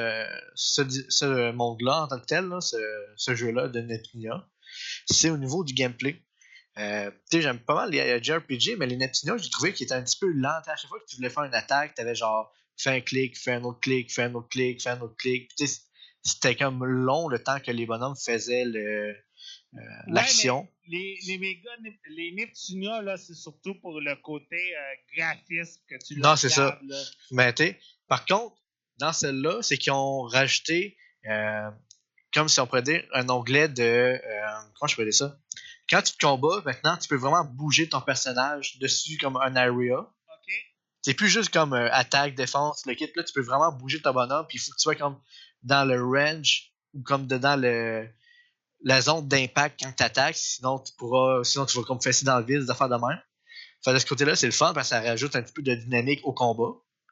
ce monde-là en tant que tel, là, ce jeu-là de Neptunia, c'est au niveau du gameplay. J'aime pas mal les JRPG, mais les Neptunia, j'ai trouvé qu'ils étaient un petit peu lents. À chaque fois que tu voulais faire une attaque, t'avais genre fais un clic, fais un autre clic, fais un autre clic, fais un autre clic. Puis, c'était comme long le temps que les bonhommes faisaient l'action. Les Neptunia, là, c'est surtout pour le côté graphisme que tu Non, c'est ça. Là. Mais par contre, dans celle-là, c'est qu'ils ont rajouté, comme si on pourrait dire, un onglet de... comment je peux dire ça? Quand tu te combats, maintenant, tu peux vraiment bouger ton personnage dessus comme un area. OK. C'est plus juste comme attaque, défense, le kit. Là, tu peux vraiment bouger ton bonhomme, puis il faut que tu sois comme dans le range ou comme dans la zone d'impact quand tu attaques, sinon tu vas comme fesser dans le vide, des affaires de même. Fait de ce côté-là, c'est le fun parce que ça rajoute un petit peu de dynamique au combat.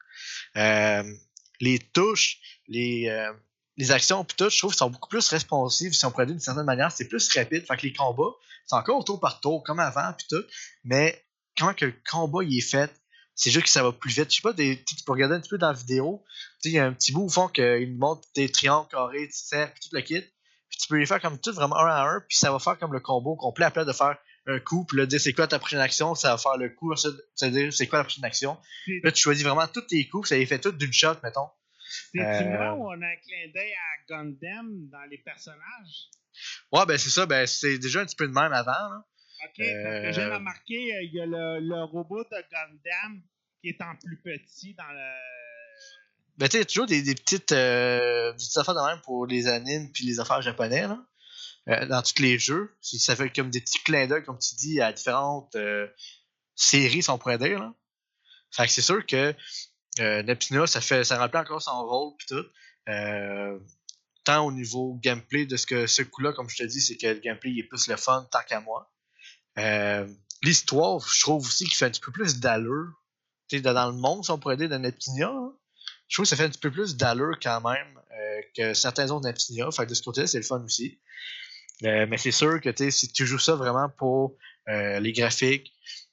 Les touches, les actions pis tout, je trouve, sont beaucoup plus responsives si on pourrait dire d'une certaine manière, c'est plus rapide. Fait que les combats, c'est encore tour par tour, comme avant pis tout, mais comment que le combat il est fait, c'est juste que ça va plus vite. Je sais pas, tu peux regarder un petit peu dans la vidéo, il y a un petit bout au fond qu'il nous montre des triangles, carrés, cercles, pis tout le kit. Puis tu peux les faire comme tout vraiment un à un, puis ça va faire comme le combo complet à place de faire un coup, puis là, dire c'est quoi ta prochaine action, ça va faire le coup, c'est-à-dire c'est quoi la prochaine action. Là, tu choisis vraiment tous tes coups, ça les fait tout d'une shot, mettons. C'est-tu là où on a un clin d'œil à Gundam dans les personnages? Ouais, ben c'est ça, ben c'est déjà un petit peu de même avant, là. Ok, parce que j'ai remarqué, il y a le robot de Gundam qui est en plus petit dans le... Ben tu sais, toujours des petites affaires de même pour les animes puis les affaires japonais, là. Dans tous les jeux. Ça fait comme des petits clins d'œil, comme tu dis, à différentes séries, si on pourrait dire, là. Fait que c'est sûr que Neptunia, ça remplit encore son rôle pis tout. Tant au niveau gameplay de ce coup-là, comme je te dis, c'est que le gameplay il est plus le fun tant qu'à moi. L'histoire, je trouve aussi qu'il fait un petit peu plus d'allure. Tu sais, dans le monde, si on pourrait dire, de Neptunia, hein, je trouve que ça fait un petit peu plus d'allure quand même que certains autres Neptunia. Fait que de ce côté-là, c'est le fun aussi. Mais c'est sûr que si tu joues ça vraiment pour les graphiques,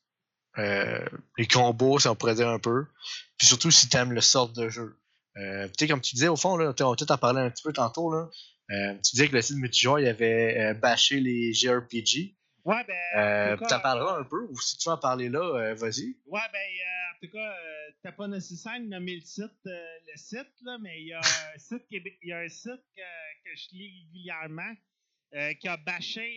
les combos, ça on pourrait dire un peu, puis surtout si tu aimes le sort de jeu. Comme tu disais, au fond, là, on va tout en parler un petit peu tantôt, là. Tu disais que le site multijoueur, il avait bâché les JRPG. Ouais, ben. T'en parleras un peu, ou si tu veux en parler là, vas-y. Ouais, ben, en tout cas, t'as pas nécessaire de nommer le site, là, mais il y a un site, il y a un site que je lis régulièrement qui a bâché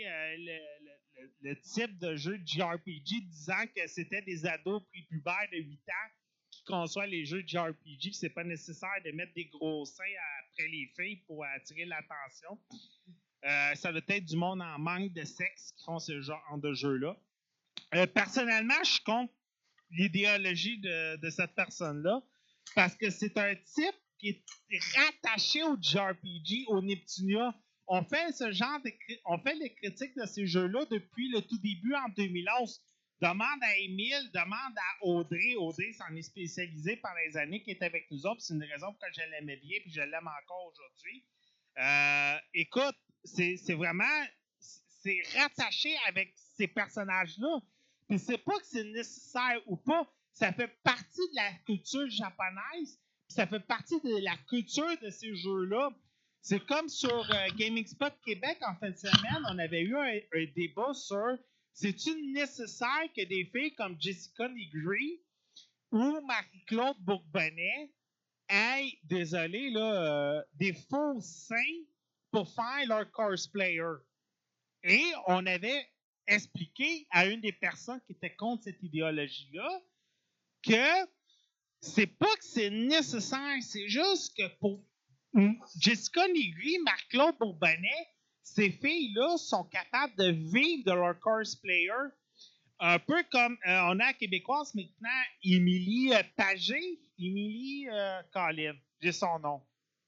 le type de jeu de JRPG, disant que c'était des ados prépubères de 8 ans qui conçoivent les jeux de JRPG, que c'est pas nécessaire de mettre des gros seins après les filles pour attirer l'attention. Ça doit être du monde en manque de sexe qui font ce genre de jeu-là. Personnellement, je suis contre l'idéologie de cette personne-là parce que c'est un type qui est rattaché au JRPG, au Neptunia. On fait on fait les critiques de ces jeux-là depuis le tout début en 2011. Demande à Émile, demande à Audrey. Audrey s'en est spécialisée par les années qui est avec nous autres. C'est une raison pour laquelle je l'aimais bien et je l'aime encore aujourd'hui. Écoute, c'est vraiment c'est rattaché avec ces personnages-là. Puis c'est pas que c'est nécessaire ou pas, ça fait partie de la culture japonaise, puis ça fait partie de la culture de ces jeux-là. C'est comme sur Gaming Spot Québec en fin de semaine, on avait eu un débat sur c'est-tu nécessaire que des filles comme Jessica Nigri ou Marie-Claude Bourbonnais aient, désolé, là, des faux seins pour faire leur cosplayer. Et on avait expliqué à une des personnes qui était contre cette idéologie-là que c'est pas que c'est nécessaire, c'est juste que pour Jessica Nigri, Marc-Claude Bourbonnais, ces filles-là sont capables de vivre de leur cosplayer. Un peu comme on a à Québécoise maintenant, Émilie Pagé. Émilie Colin, j'ai son nom.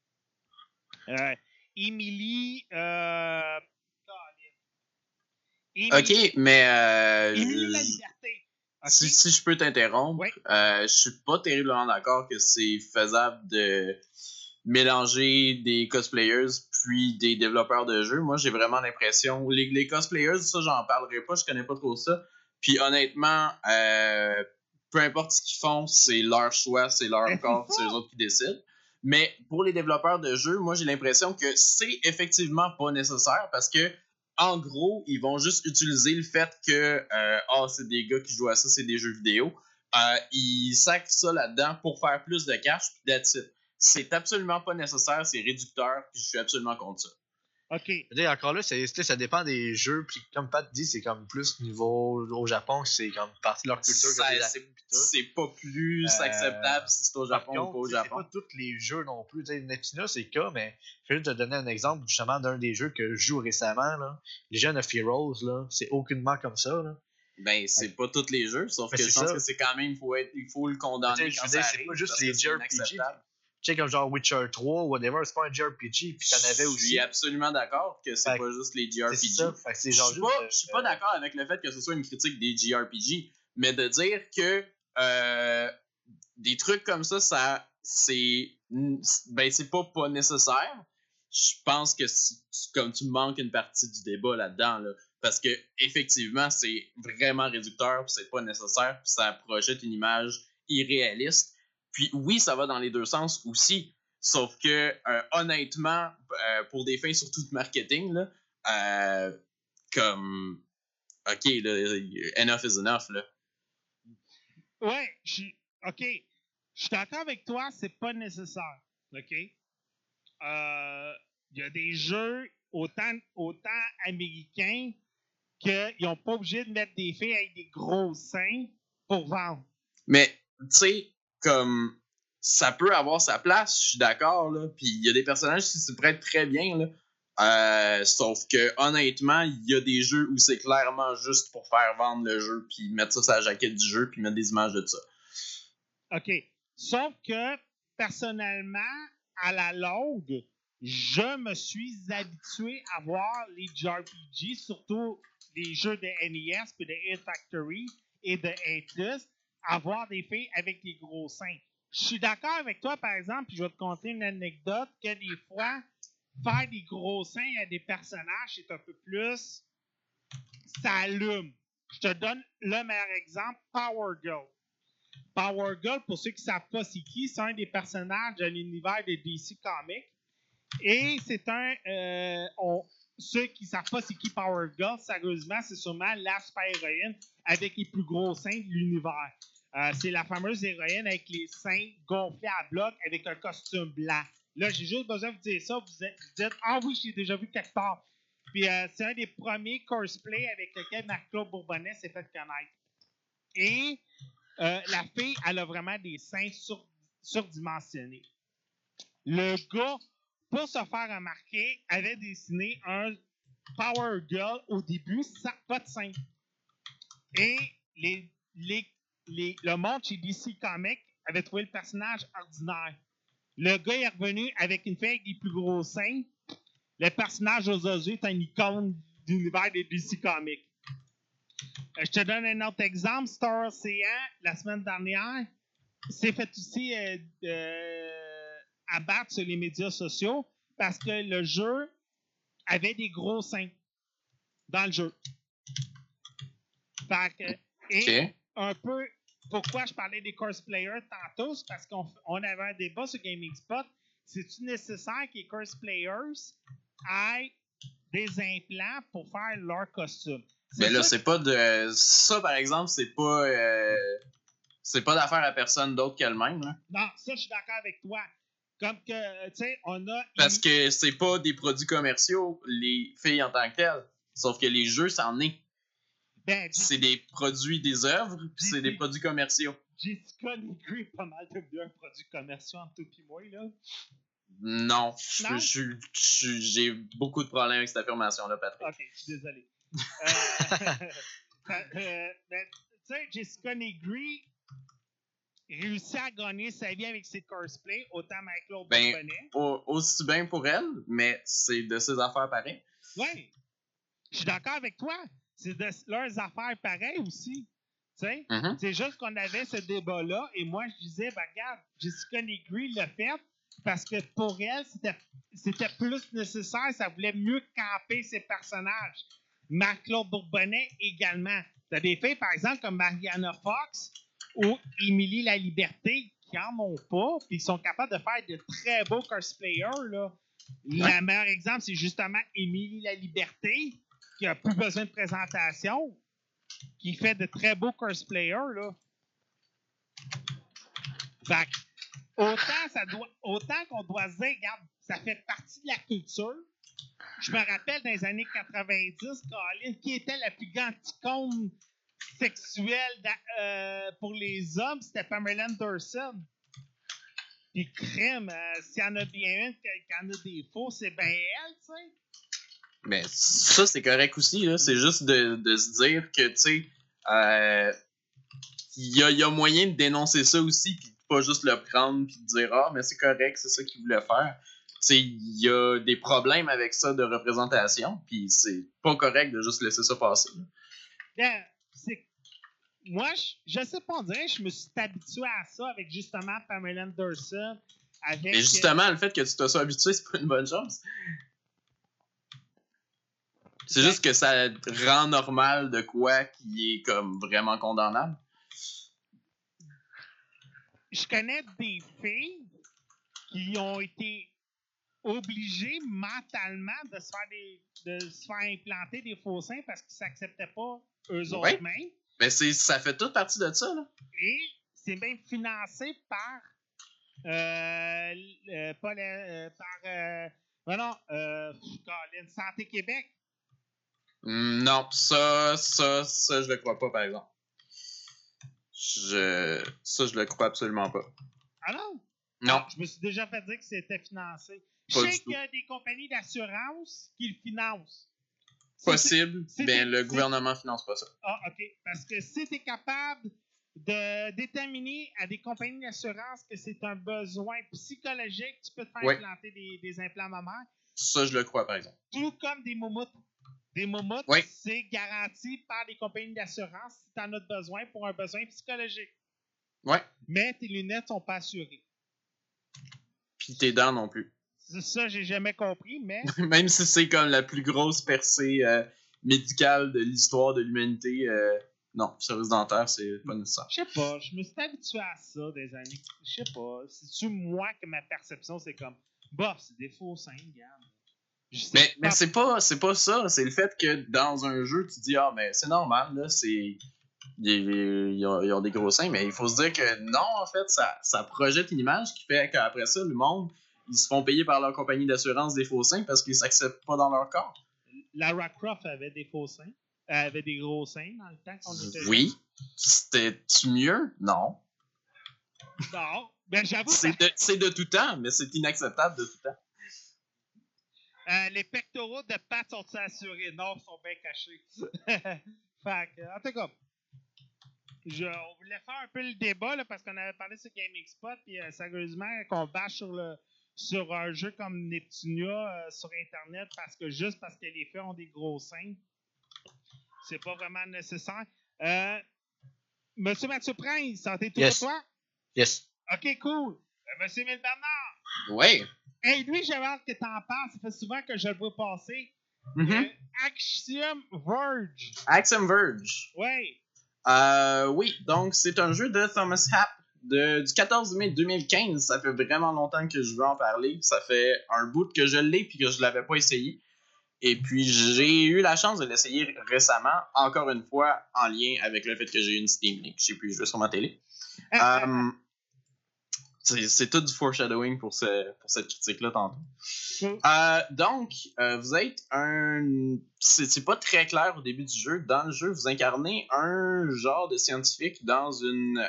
Émilie Ok, mais Émilie La Liberté. Okay? Si je peux t'interrompre, Oui. Je suis pas terriblement d'accord que c'est faisable de mélanger des cosplayers puis des développeurs de jeux. Moi, j'ai vraiment l'impression... Les cosplayers, ça, j'en parlerai pas, je connais pas trop ça. Puis honnêtement, peu importe ce qu'ils font, c'est leur choix, c'est leur corps, c'est eux autres qui décident. Mais pour les développeurs de jeux, moi, j'ai l'impression que c'est effectivement pas nécessaire parce que en gros, ils vont juste utiliser le fait que c'est des gars qui jouent à ça, c'est des jeux vidéo. Ils sacrent ça là-dedans pour faire plus de cash, puis that's it. C'est absolument pas nécessaire, c'est réducteur, puis je suis absolument contre ça. OK. Encore là, ça dépend des jeux, puis comme Pat dit, c'est comme plus niveau au Japon, c'est comme partie de leur culture. C'est pas plus acceptable si c'est au Japon contre, ou pas au Japon. C'est pas tous les jeux non plus. Neptuna, c'est le cas, mais je vais te donner un exemple justement d'un des jeux que je joue récemment. Là. Legend of Heroes, là, c'est aucunement comme ça. Là. Ben, c'est pas tous les jeux, sauf que je pense que c'est quand même, il faut le condamner quand ça arrive. C'est pas juste les JRPG. Tu sais, comme genre Witcher 3 ou whatever, c'est pas un JRPG, puis t'en avais aussi. Je suis absolument d'accord que c'est pas juste les JRPG. Je suis pas d'accord avec le fait que ce soit une critique des JRPG, mais de dire que des trucs comme ça c'est pas nécessaire. Je pense que comme tu manques une partie du débat là-dedans, là, parce que effectivement, c'est vraiment réducteur, puis c'est pas nécessaire, puis ça projette une image irréaliste. Puis oui, ça va dans les deux sens aussi. Sauf que, honnêtement, pour des fins surtout de marketing, là, comme... OK, là, enough is enough, là. Ouais, OK. Je suis d'accord avec toi, c'est pas nécessaire. OK? Il y a des jeux autant américains qu'ils n'ont pas obligé de mettre des filles avec des gros seins pour vendre. Mais, tu sais, comme ça peut avoir sa place, je suis d'accord, là. Puis il y a des personnages qui se prêtent très bien, là. Sauf que, honnêtement, il y a des jeux où c'est clairement juste pour faire vendre le jeu, puis mettre ça sur la jaquette du jeu, puis mettre des images de ça. OK. Sauf que, personnellement, à la longue, je me suis habitué à voir les JRPG, surtout les jeux de NES, puis de Hit Factory et de Atlus, avoir des filles avec des gros seins. Je suis d'accord avec toi, par exemple, puis je vais te conter une anecdote, que des fois, faire des gros seins à des personnages, c'est un peu plus... Ça allume. Je te donne le meilleur exemple, Power Girl. Power Girl, pour ceux qui ne savent pas c'est qui, c'est un des personnages de l'univers de DC Comics. Et c'est ceux qui ne savent pas c'est qui Power Girl, sérieusement, c'est sûrement la super-héroïne avec les plus gros seins de l'univers. C'est la fameuse héroïne avec les seins gonflés à bloc avec un costume blanc. Là, j'ai juste besoin de vous dire ça. Vous dites « Ah oui, je l'ai déjà vu quelque part. » Puis c'est un des premiers cosplays avec lequel Marc-Claude Bourbonnais s'est fait connaître. Et la fille, elle a vraiment des seins surdimensionnés. Le gars, pour se faire remarquer, avait dessiné un Power Girl au début, sans pas de seins. Et le monde chez DC Comics avait trouvé le personnage ordinaire. Le gars est revenu avec une fille avec des plus gros seins. Le personnage aujourd'hui est une icône de l'univers des DC Comics. Je te donne un autre exemple. Star Ocean, la semaine dernière, s'est fait aussi abattre sur les médias sociaux parce que le jeu avait des gros seins dans le jeu. Fait que, et un peu, pourquoi je parlais des cosplayers tantôt, c'est parce qu'on avait un débat sur Gaming Spot. C'est-tu nécessaire que les cosplayers aient des implants pour faire leur costume? Mais là, c'est pas de. Ça, par exemple, c'est pas d'affaire à personne d'autre qu'elle-même. Là. Non, ça, je suis d'accord avec toi. Comme que, tu sais, on a. Parce que c'est pas des produits commerciaux, les filles en tant que telles. Sauf que les jeux, c'en est. Ben, c'est des produits, des œuvres, puis c'est des produits commerciaux. Jessica Negri est pas mal devenu un produit commercial entre toi et moi, là. Non. J'ai beaucoup de problèmes avec cette affirmation-là, Patrick. Ok, je suis désolé. Ben, tu sais, Jessica Negri réussit à gagner sa vie avec ses cosplays, autant avec l'autre Bourbonnais. Aussi bien pour elle, mais c'est de ses affaires pareilles. Oui, je suis d'accord avec toi. C'est de leurs affaires pareilles aussi. Tu sais, c'est juste qu'on avait ce débat-là, et moi, je disais, ben, regarde, Jessica Negri l'a fait parce que pour elle, c'était plus nécessaire, ça voulait mieux camper ses personnages. Marc-Claude Bourbonnais également. T'as des filles, par exemple, comme Mariana Fox ou Émilie La Liberté, qui en ont pas, puis qui sont capables de faire de très beaux cosplayers, là. Le meilleur exemple, c'est justement Émilie La Liberté, qui a plus besoin de présentation, qui fait de très beaux cosplayers, là. Fait autant qu'on doit se dire, regarde, ça fait partie de la culture. Je me rappelle dans les années 90, Colin, qui était la plus grande icône sexuelle pour les hommes, c'était Pamela Anderson. Puis crème, s'il y en a bien une qui en a des faux, c'est bien elle, tu sais. Mais ça, c'est correct aussi, là. C'est juste de se dire que, tu sais, il y a moyen de dénoncer ça aussi, puis pas juste le prendre, puis de dire « Ah, mais c'est correct, c'est ça qu'il voulait faire. » Tu sais, il y a des problèmes avec ça de représentation, puis c'est pas correct de juste laisser ça passer. Yeah, moi, je sais pas, on dirait je me suis habitué à ça avec justement Pamela Anderson. Mais justement, le fait que tu t'as ça habitué, c'est pas une bonne chose. C'est juste que ça rend normal de quoi qui est comme vraiment condamnable. Je connais des filles qui ont été obligées mentalement de se faire implanter des faux seins parce qu'ils ne s'acceptaient pas eux-mêmes. Mais ça fait toute partie de ça, là. Et c'est même financé par Santé Québec. Non, ça, je le crois pas, par exemple. Je le crois absolument pas. Ah non? Non. Je me suis déjà fait dire que c'était financé. Pas je sais qu'il y a des compagnies d'assurance qui le financent. Possible, mais le gouvernement finance pas ça. Ah, OK. Parce que si tu es capable de déterminer à des compagnies d'assurance que c'est un besoin psychologique, tu peux te faire implanter des implants mammaires. Ça, je le crois, par exemple. Tout comme des moumoutes. Des moumoutes, c'est garanti par des compagnies d'assurance si tu en as besoin pour un besoin psychologique. Ouais. Mais tes lunettes sont pas assurées. Puis tes dents non plus. C'est ça, j'ai jamais compris, mais. Même si c'est comme la plus grosse percée médicale de l'histoire de l'humanité, non, service dentaire, c'est pas nécessaire. Je sais pas, je me suis habitué à ça des années. Je sais pas. C'est-tu moi que ma perception, c'est comme. Bah, c'est des faux seins, regarde. Mais c'est pas ça, c'est le fait que dans un jeu, tu dis, ah, mais c'est normal, là, c'est. Ils ont des gros seins, mais il faut se dire que non, en fait, ça projette une image qui fait qu'après ça, le monde, ils se font payer par leur compagnie d'assurance des faux seins parce qu'ils s'acceptent pas dans leur corps. Lara Croft avait des faux seins. Elle avait des gros seins dans le temps qu'on était Oui. jeune. C'était-tu mieux? Non. Non. Ben, j'avoue. C'est de tout temps, mais c'est inacceptable de tout temps. Les pectoraux de Pat sont assurés? Non, ils sont bien cachés. Fait que, en tout cas, on voulait faire un peu le débat là, parce qu'on avait parlé sur GameXpot, puis sérieusement, qu'on bâche sur un jeu comme Neptunia sur Internet juste parce que les filles ont des gros seins, c'est pas vraiment nécessaire. Monsieur Mathieu Prince, santé tout Yes. pour toi? Yes. Ok, cool. Monsieur Emile Bernard. Oui. Hey, lui, j'avais hâte que t'en parles. Ça fait souvent que je le vois passer. Axiom Verge. Axiom Verge. Ouais. Oui, donc c'est un jeu de Thomas Happ du 14 mai 2015. Ça fait vraiment longtemps que je veux en parler. Ça fait un bout que je l'ai puis que je l'avais pas essayé. Et puis j'ai eu la chance de l'essayer récemment, encore une fois en lien avec le fait que j'ai une Steam Link. Je sais plus, je vais sur ma télé. C'est tout du foreshadowing pour cette critique-là tantôt. Donc, vous êtes c'est pas très clair au début du jeu. Dans le jeu, vous incarnez un genre de scientifique dans une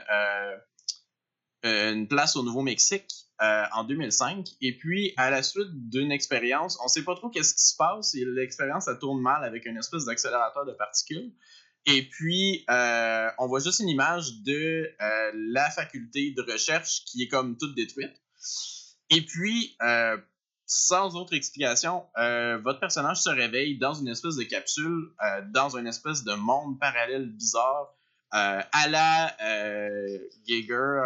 place au Nouveau-Mexique en 2005. Et puis, à la suite d'une expérience, on sait pas trop qu'est-ce qui se passe. Et l'expérience, ça tourne mal avec une espèce d'accélérateur de particules. Et puis, on voit juste une image de la faculté de recherche qui est comme toute détruite. Et puis, sans autre explication, votre personnage se réveille dans une espèce de capsule, dans une espèce de monde parallèle bizarre, à la Giger,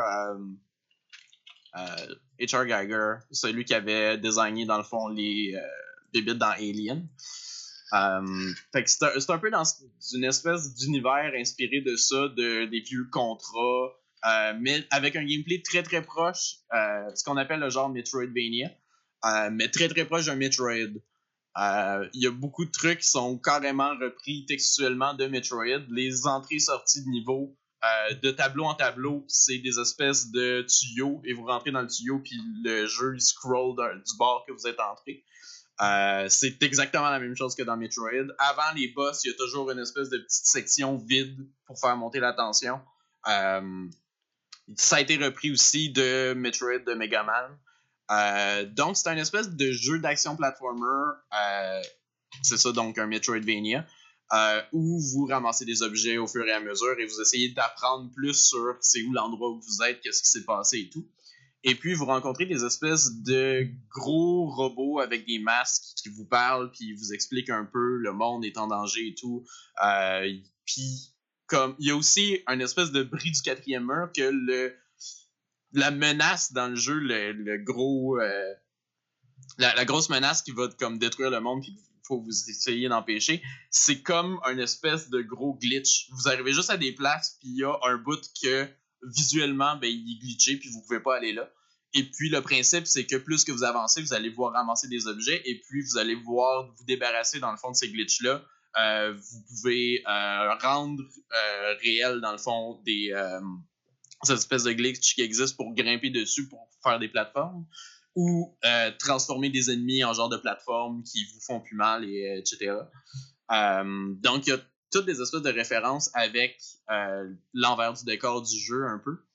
H.R. Giger, celui qui avait designé dans le fond les bébites dans Alien. Fait que c'est un peu dans une espèce d'univers inspiré de ça, des vieux contrats, mais avec un gameplay très très proche, ce qu'on appelle le genre Metroidvania, mais très très proche d'un Metroid. Il y a beaucoup de trucs qui sont carrément repris textuellement de Metroid. Les entrées-sorties de niveau, de tableau en tableau, c'est des espèces de tuyaux, et vous rentrez dans le tuyau, puis le jeu il scroll du bord que vous êtes entré. C'est exactement la même chose que dans Metroid. Avant les boss, il y a toujours une espèce de petite section vide pour faire monter la tension. Ça a été repris aussi de Metroid de Mega Man. Donc c'est un espèce de jeu d'action platformer. C'est ça, donc un Metroidvania. Où vous ramassez des objets au fur et à mesure et vous essayez d'apprendre plus sur c'est où l'endroit où vous êtes, qu'est-ce qui s'est passé et tout. Et puis, vous rencontrez des espèces de gros robots avec des masques qui vous parlent puis vous expliquent un peu le monde est en danger et tout. Puis, comme il y a aussi une espèce de bris du quatrième mur que la menace dans le jeu, le gros... la grosse menace qui va comme détruire le monde puis il faut vous essayer d'empêcher, c'est comme un espèce de gros glitch. Vous arrivez juste à des places puis il y a un bout que... visuellement, ben, il est glitché puis vous pouvez pas aller là. Et puis le principe, c'est que plus que vous avancez, vous allez pouvoir ramasser des objets et puis vous allez pouvoir vous débarrasser dans le fond de ces glitches-là. Vous pouvez rendre réel dans le fond cette espèce de glitch qui existe pour grimper dessus pour faire des plateformes ou transformer des ennemis en genre de plateforme qui vous font plus mal, etc. Donc il y a toutes des espèces de références avec l'envers du décor du jeu un peu.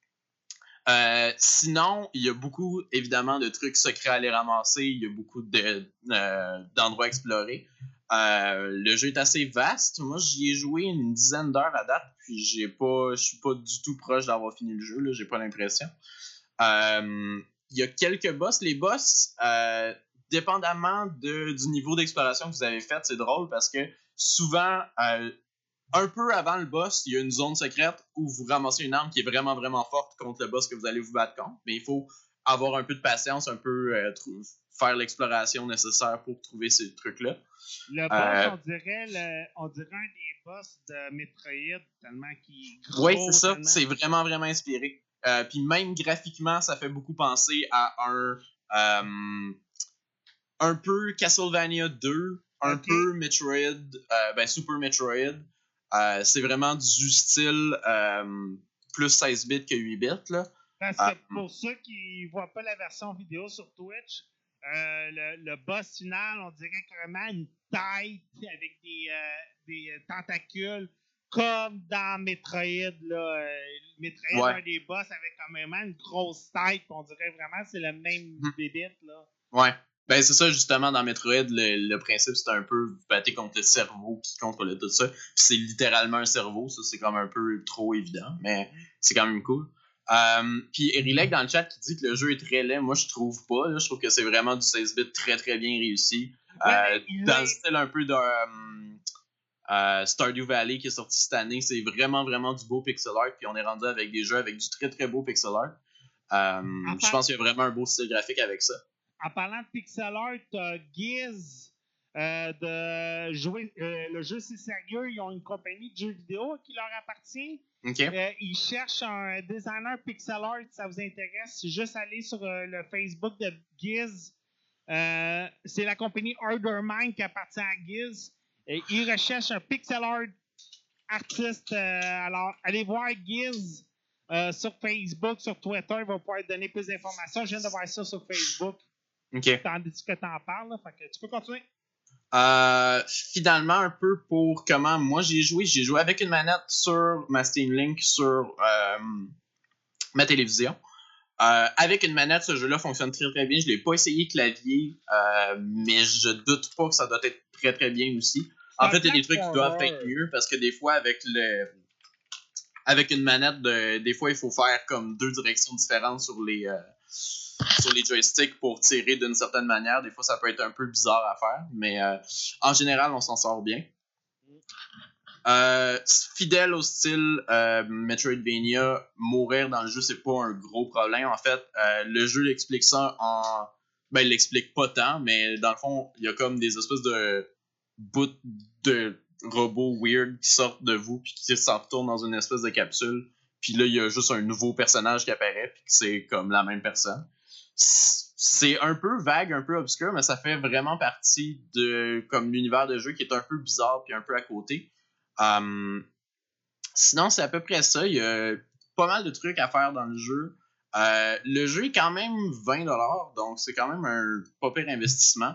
Sinon, il y a beaucoup, évidemment, de trucs secrets à aller ramasser. Il y a beaucoup d'endroits à explorer. Le jeu est assez vaste. Moi, j'y ai joué une dizaine d'heures à date, puis je suis pas du tout proche d'avoir fini le jeu. Là, j'ai pas l'impression. Il y a quelques boss. Les boss, dépendamment du niveau d'exploration que vous avez fait, c'est drôle parce que souvent, un peu avant le boss, il y a une zone secrète où vous ramassez une arme qui est vraiment, vraiment forte contre le boss que vous allez vous battre contre. Mais il faut avoir un peu de patience, un peu faire l'exploration nécessaire pour trouver ces trucs-là. Le boss, on dirait un des boss de Metroid, tellement qu'il est gros. Oui, c'est ça. Tellement... C'est vraiment, vraiment inspiré. Puis même graphiquement, ça fait beaucoup penser à un peu Castlevania 2, un peu Metroid, Super Metroid. C'est vraiment du style plus 16 bits que 8 bits. Là. Parce que pour ceux qui ne voient pas la version vidéo sur Twitch, le boss final, on dirait carrément une tête avec des tentacules, comme dans Metroid. Là. Metroid, un des boss avec quand même une grosse tête. On dirait vraiment que c'est le même bébite. Là. Ouais. Ben c'est ça justement dans Metroid, le principe c'est un peu vous battez contre le cerveau qui contrôle tout ça. Puis c'est littéralement un cerveau, ça c'est comme un peu trop évident, mais c'est quand même cool. Puis Erilek dans le chat qui dit que le jeu est très laid, moi je trouve pas, là, je trouve que c'est vraiment du 16 bits très très bien réussi. Dans le style un peu de Stardew Valley qui est sorti cette année, c'est vraiment vraiment du beau pixel art, puis on est rendu avec des jeux avec du très très beau pixel art. Je pense qu'il y a vraiment un beau style graphique avec ça. En parlant de pixel art, Giz le jeu c'est sérieux, ils ont une compagnie de jeux vidéo qui leur appartient. Okay. Ils cherchent un designer pixel art, si ça vous intéresse, juste aller sur le Facebook de Giz. C'est la compagnie Ordermind qui appartient à Giz. Ils recherchent un pixel art artiste. Alors, allez voir Giz sur Facebook, sur Twitter, il va pouvoir donner plus d'informations. Je viens de voir ça sur Facebook. OK. Tandis que t'en parles, là, fait que tu peux continuer. Finalement, un peu pour comment moi j'ai joué avec une manette sur ma Steam Link sur ma télévision. Avec une manette, ce jeu-là fonctionne très très bien. Je l'ai pas essayé clavier, mais je doute pas que ça doit être très très bien aussi. En fait, il y a des trucs qui doivent être mieux parce que des fois avec une manette, des fois il faut faire comme 2 directions différentes sur les joysticks pour tirer d'une certaine manière. Des fois, ça peut être un peu bizarre à faire, mais en général, on s'en sort bien. Fidèle au style Metroidvania, mourir dans le jeu, c'est pas un gros problème. En fait, le jeu explique ça il l'explique pas tant, mais dans le fond, il y a comme des espèces de bouts de robots weird qui sortent de vous puis qui s'en retournent dans une espèce de capsule. Puis là, il y a juste un nouveau personnage qui apparaît puis c'est comme la même personne. C'est un peu vague, un peu obscur, mais ça fait vraiment partie de comme l'univers de jeu qui est un peu bizarre puis un peu à côté. Sinon, c'est à peu près ça. Il y a pas mal de trucs à faire dans le jeu. Le jeu est quand même 20$, donc c'est quand même un pas pire investissement.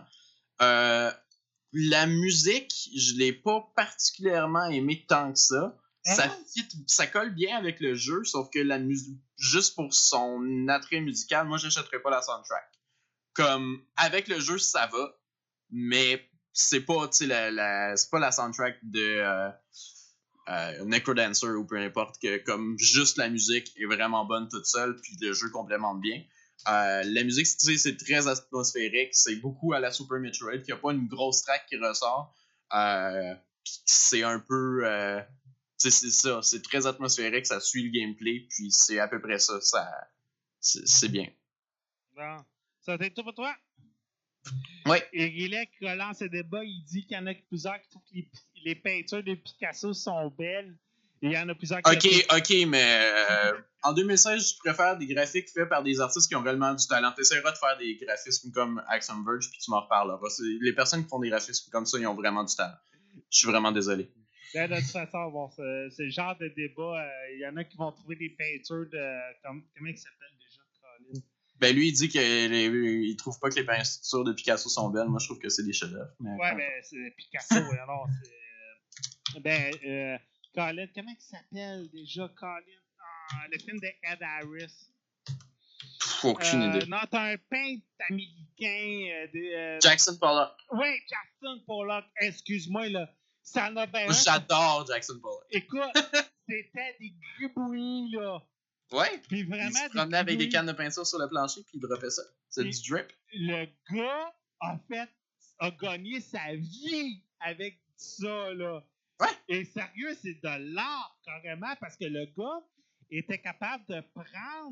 La musique, je l'ai pas particulièrement aimé tant que ça. Ça colle bien avec le jeu, sauf que la musique, juste pour son attrait musical, moi j'achèterais pas la soundtrack. Comme avec le jeu, ça va, mais c'est pas c'est pas la soundtrack de Necrodancer ou peu importe, que comme juste la musique est vraiment bonne toute seule, puis le jeu complémente bien. La musique, c'est très atmosphérique, c'est beaucoup à la Super Metroid, il n'y a pas une grosse track qui ressort. C'est un peu c'est ça, c'est très atmosphérique, ça suit le gameplay, puis c'est à peu près ça, c'est bien. Bon, ça t'est tout pour toi? Oui. Et Rilek relance le débat, il dit qu'il y en a plusieurs qui trouvent que les peintures de Picasso sont belles, et il y en a plusieurs qui... Ok, mais en 2016, je préfère des graphiques faits par des artistes qui ont réellement du talent. T'essaieras de faire des graphismes comme Axiom Verge, puis tu m'en reparleras. Les personnes qui font des graphismes comme ça, ils ont vraiment du talent. Je suis vraiment désolé. Ben, de toute façon, bon, c'est le genre de débat. Il y en a qui vont trouver des peintures de... Comment il s'appelle déjà, Colin? Ben, lui, il dit qu'il trouve pas que les peintures de Picasso sont belles. Moi, je trouve que c'est des chefs-d'œuvre. Ouais, ben, c'est Picasso, alors, c'est... Colin, comment il s'appelle déjà, Colin? Le film de Ed Harris. Aucune idée. Non, t'as un peintre américain. Jackson Pollock. Oui, Jackson Pollock. Excuse-moi, là. Ça en a bien. J'adore Jackson Pollock. Écoute, c'était des gribouillis, là. Ouais. Puis vraiment. Il se promenait avec des cannes de peinture sur le plancher, puis il droppait ça. C'est du drip. Le gars, en fait, a gagné sa vie avec ça, là. Ouais. Et sérieux, c'est de l'art, carrément, parce que le gars était capable de prendre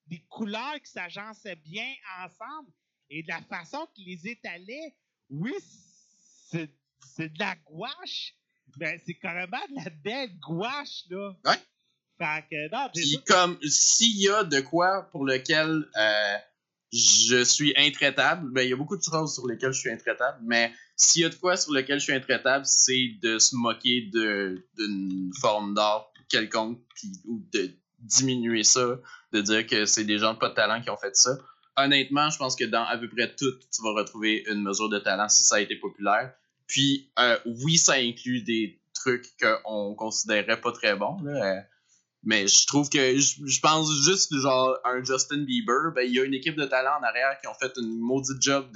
des couleurs qui s'agençaient bien ensemble et de la façon qu'ils les étalaient. Oui, c'est de la gouache, mais c'est carrément de la belle gouache, là. Ouais. Fait que, non, Puis comme s'il y a de quoi pour lequel je suis intraitable, ben il y a beaucoup de choses sur lesquelles je suis intraitable, mais s'il y a de quoi sur lequel je suis intraitable, c'est de se moquer d'une forme d'art quelconque, ou de diminuer ça, de dire que c'est des gens de pas de talent qui ont fait ça. Honnêtement, je pense que dans à peu près tout, tu vas retrouver une mesure de talent si ça a été populaire. Puis oui, ça inclut des trucs qu'on considérait pas très bons, là. Mais je trouve que je pense juste genre un Justin Bieber, ben il y a une équipe de talent en arrière qui ont fait une maudite job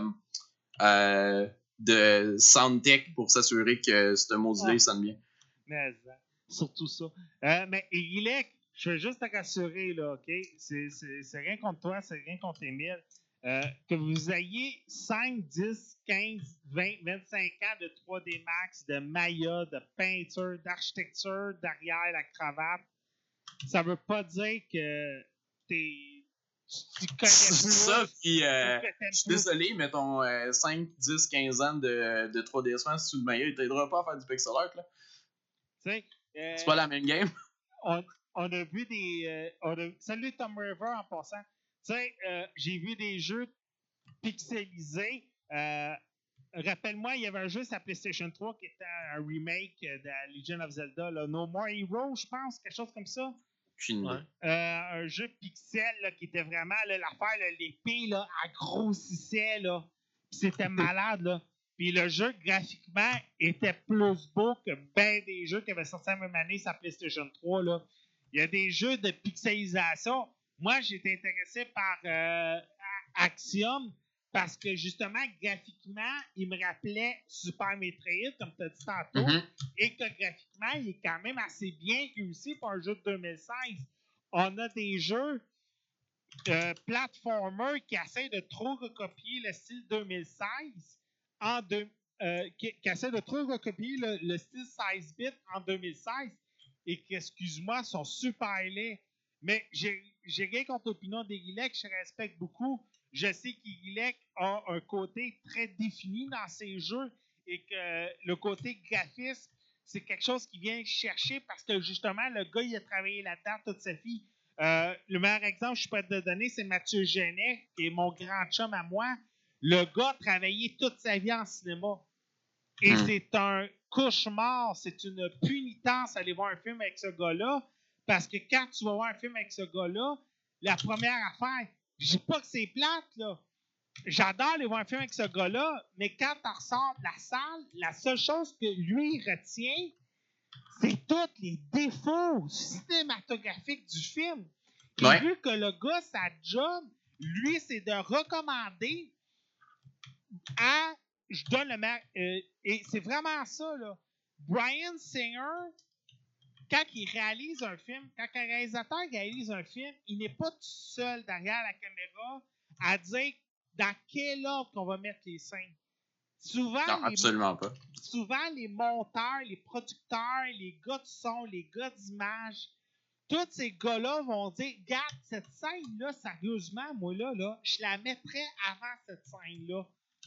de sound tech pour s'assurer que ce maudit-là sonne bien. Mais, surtout ça. Mais Ilek, je veux juste te rassurer, là, OK? C'est rien contre toi, c'est rien contre Émile. Que vous ayez 5, 10, 15, 20, 25 ans de 3D Max, de Maya, de peinture, d'architecture derrière la cravate, ça veut pas dire que tu connais plus. C'est ça, puis je suis désolé, mais ton 5, 10, 15 ans de 3DS Max sous le maillot, il t'aidera pas à faire du pixel art, là. C'est pas la même game. On a vu des... Salut Tom River en passant. Tu sais, j'ai vu des jeux pixelisés. Rappelle-moi, il y avait un jeu sur la PlayStation 3 qui était un remake de Legend of Zelda, là, No More Heroes, je pense, quelque chose comme ça. Un jeu pixel là, qui était vraiment là, l'affaire, là, l'épée là, elle grossissait, là. Puis c'était malade, là. Puis le jeu, graphiquement, était plus beau que bien des jeux qui avaient sorti la même année sur la PlayStation 3, là. Il y a des jeux de pixelisation. Moi, j'ai été intéressé par Axiom parce que, justement, graphiquement, il me rappelait Super Metroid, comme tu as dit tantôt, et que graphiquement, il est quand même assez bien réussi pour un jeu de 2016. On a des jeux platformers qui essaient de trop recopier le style 2016 qui essaient de trop recopier le style 16-bit en 2016 et qui, excuse-moi, sont super laids. Mais j'ai rien contre l'opinion d'Erilek, je respecte beaucoup. Je sais qu'Erilek a un côté très défini dans ses jeux et que le côté graphisme, c'est quelque chose qu'il vient chercher parce que justement, le gars, il a travaillé là-dedans toute sa vie. Le meilleur exemple que je peux te donner, c'est Mathieu Genet, qui est mon grand chum à moi. Le gars a travaillé toute sa vie en cinéma. Et c'est un cauchemar, c'est une punitance aller voir un film avec ce gars-là. Parce que quand tu vas voir un film avec ce gars-là, la première affaire, je dis pas que c'est plate, là. J'adore aller voir un film avec ce gars-là, mais quand tu ressors de la salle, la seule chose que lui retient, c'est tous les défauts cinématographiques du film. Et vu que le gars, sa job, lui, c'est de recommander je donne le meilleur. Et c'est vraiment ça, là. Bryan Singer, quand il réalise un film, quand un réalisateur réalise un film, il n'est pas tout seul derrière la caméra à dire dans quel ordre qu'on va mettre les scènes. Souvent, non, absolument pas. Souvent, les monteurs, les producteurs, les gars de son, les gars d'image, tous ces gars-là vont dire « Regarde, cette scène-là, sérieusement, moi, là, je la mettrais avant cette scène-là.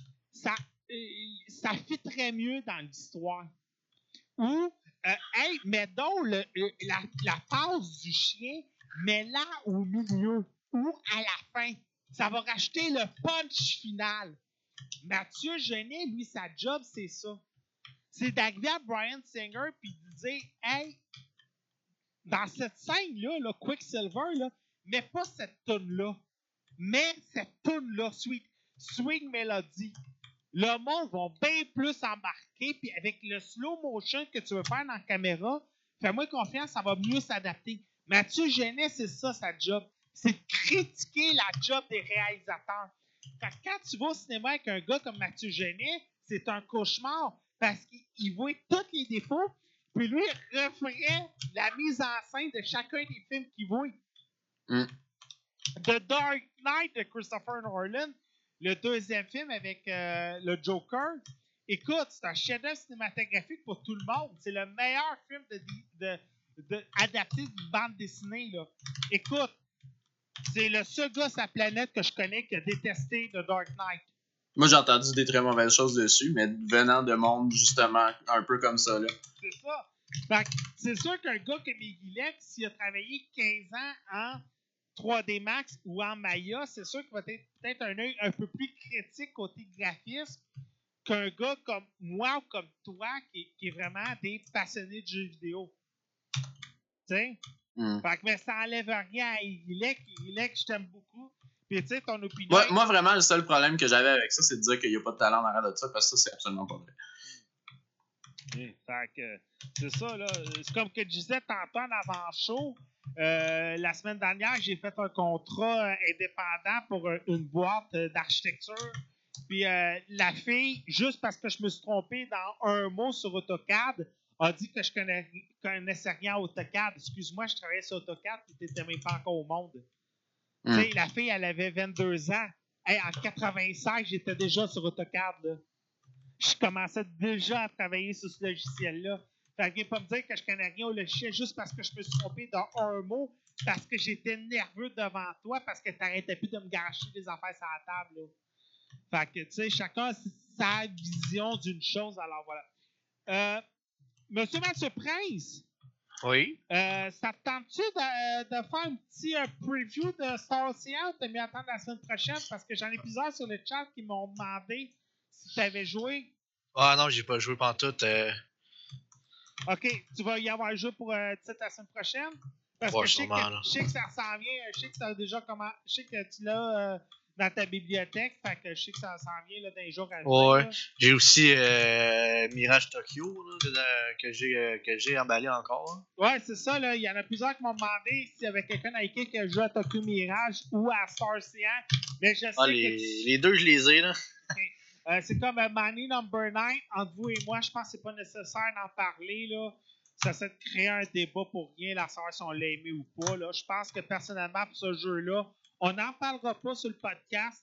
Ça fitterait mieux dans l'histoire. » Ou hey, mets donc la passe du chien, mets-la au milieu ou à la fin. Ça va racheter le punch final. Mathieu Genet, lui, sa job, c'est ça. C'est d'arriver à Bryan Singer puis de dire hey, dans cette scène-là, là, Quicksilver, là, mets pas cette toune-là. Mets cette toune-là, Swing Melody. Le monde va bien plus embarquer, puis avec le slow motion que tu veux faire dans la caméra, fais-moi confiance, ça va mieux s'adapter. Mathieu Genet, c'est ça sa job. C'est de critiquer la job des réalisateurs. Fait que quand tu vas au cinéma avec un gars comme Mathieu Genet, c'est un cauchemar parce qu'il voit tous les défauts, puis lui, il referait la mise en scène de chacun des films qu'il voit. The Dark Knight de Christopher Nolan, le deuxième film avec le Joker, écoute, c'est un chef-d'œuvre cinématographique pour tout le monde. C'est le meilleur film adapté d'une bande dessinée, là. Écoute, C'est le seul gars sur la planète que je connais qui a détesté The Dark Knight. Moi, j'ai entendu des très mauvaises choses dessus, mais venant de monde, justement, un peu comme ça, là. C'est ça. Fait que c'est sûr qu'un gars comme Guilec, s'il a travaillé 15 ans en 3D Max ou en Maya, c'est sûr qu'il va être peut-être un œil un peu plus critique côté graphisme qu'un gars comme moi ou comme toi qui est vraiment des passionnés de jeux vidéo. Tu sais? Fait que, mais ça enlève rien à Guilec. Guilec, je t'aime beaucoup. Puis, tu sais, ton opinion. Moi, vraiment, le seul problème que j'avais avec ça, c'est de dire qu'il n'y a pas de talent en arrière de ça, parce que ça, c'est absolument pas vrai. Fait que, c'est ça, là. C'est comme que je disais tantôt en avant-show. La semaine dernière, j'ai fait un contrat indépendant pour une boîte d'architecture. Puis la fille, juste parce que je me suis trompé dans un mot sur AutoCAD, a dit que je connaissais rien à AutoCAD. Excuse-moi, je travaillais sur AutoCAD et tu n'étais même pas encore au monde. Tu sais, la fille, elle avait 22 ans. Hey, en 85, j'étais déjà sur AutoCAD, là. Je commençais déjà à travailler sur ce logiciel-là. Fait que viens pas me dire que je connais rien au logiciel juste parce que je me suis trompé dans un mot, parce que j'étais nerveux devant toi, parce que t'arrêtais plus de me gâcher des affaires sur la table, là. Fait que, tu sais, chacun a sa vision d'une chose, alors voilà. Monsieur Mathieu Prince, Oui. ça te tente-tu de faire un petit preview de Star Ocean ou t'as mis à attendre la semaine prochaine? Parce que j'en ai plusieurs sur le chat qui m'ont demandé si t'avais joué. Ah non, j'ai pas joué pantoute. OK, tu vas y avoir joué pour la semaine prochaine? Parce Ouais, que je sais sûrement, que ça s'en vient. Je sais que ça a déjà comment. Je sais que tu l'as dans ta bibliothèque. Fait que je sais que ça s'en vient là, dans les jours à venir. Ouais. Là. J'ai aussi Mirage Tokyo là, que j'ai emballé encore. Hein. Ouais, c'est ça. Là. Il y en a plusieurs qui m'ont demandé s'il y avait quelqu'un avec qui joue à Tokyo Mirage ou à Star Ocean. Mais je sais que les deux, je les ai. Là. c'est comme Money Number 9. Entre vous et moi, je pense que c'est pas nécessaire d'en parler. Là. Ça serait de créer un débat pour rien, la savoir si on l'a aimé ou pas. Là. Je pense que personnellement, pour ce jeu-là, on n'en parlera pas sur le podcast.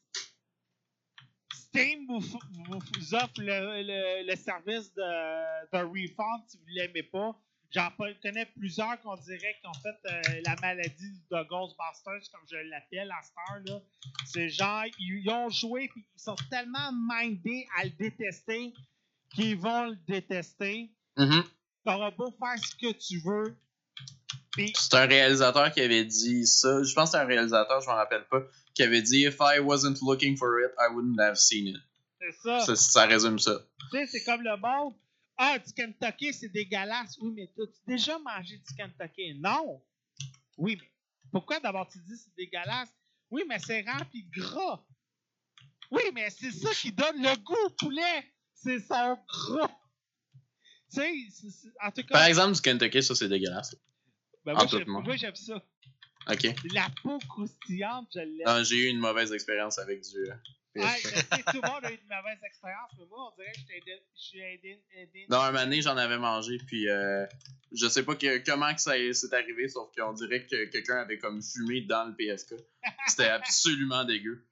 Steam vous offre le service de refund si vous ne l'aimez pas. J'en connais plusieurs qu'on dirait qui ont fait la maladie de Ghostbusters, comme je l'appelle à cette heure-là. C'est genre, ils ont joué et ils sont tellement mindés à le détester qu'ils vont le détester. T'auras beau faire ce que tu veux. Puis, c'est un réalisateur qui avait dit ça. Je pense que c'est un réalisateur, je m'en rappelle pas, qui avait dit If I wasn't looking for it, I wouldn't have seen it. c'est ça. Ça résume ça. Tu sais, c'est comme le monde. Ah, du Kentucky, c'est dégueulasse. Oui, mais t'as-tu déjà mangé du Kentucky? Non. Oui, mais pourquoi d'abord tu dis c'est dégueulasse? Oui, mais c'est rempli de gras. Oui, mais c'est ça qui donne le goût au poulet. C'est son gras. Tu sais, en tout cas. Par exemple, du Kentucky, ça c'est dégueulasse. Ben moi, j'aime ça. Ok. La peau croustillante, je l'aime. Non, j'ai eu une mauvaise expérience avec du. Ouais, je sais que tout le monde a eu une mauvaise expérience, mais moi, on dirait que je suis aidé. Non, un moment donné, j'en avais mangé, puis je sais pas comment que ça s'est arrivé, sauf qu'on dirait que quelqu'un avait comme fumé dans le PSK. C'était absolument dégueu.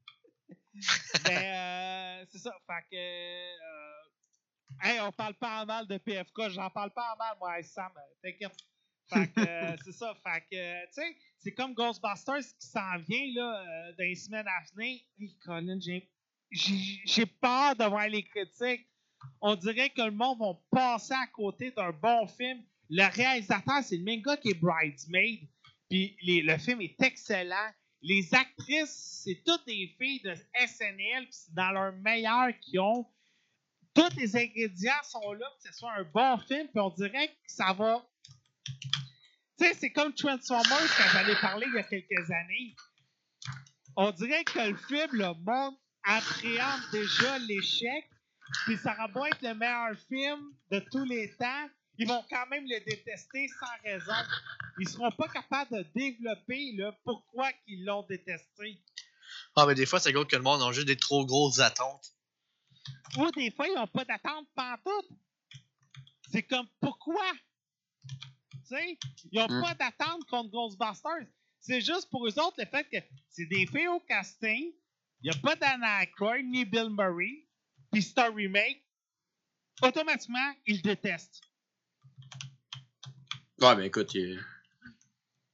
Ben, c'est ça. Fait que. Hey, on parle pas en mal de PFK. J'en parle pas en mal, moi, Sam. T'inquiète. Fait que, c'est ça. Fait que, tu sais, c'est comme Ghostbusters qui s'en vient, là, dans les semaines à venir. Hey, Colin, j'ai peur de voir les critiques. On dirait que le monde va passer à côté d'un bon film. Le réalisateur, c'est le même gars qui est Bridesmaid. Puis le film est excellent. Les actrices, c'est toutes des filles de SNL, puis c'est dans leur meilleur qu'ils ont. Tous les ingrédients sont là pour que ce soit un bon film, puis on dirait que ça va. Tu sais, c'est comme Transformers quand j'en ai parlé il y a quelques années. On dirait que le film, le monde appréhende déjà l'échec, puis ça va beau être le meilleur film de tous les temps, ils vont quand même le détester sans raison. Ils seront pas capables de développer là, pourquoi ils l'ont détesté. Ah, mais des fois, c'est gros que le monde a juste des trop grosses attentes. Ou des fois, ils n'ont pas d'attente pantoute. C'est comme, pourquoi? Tu sais, ils n'ont pas d'attente contre Ghostbusters. C'est juste pour eux autres le fait que c'est des filles au casting, il n'y a pas d'Anna Aykroyd ni Bill Murray, puis c'est un remake, automatiquement, ils le détestent. Ouais, ben écoute,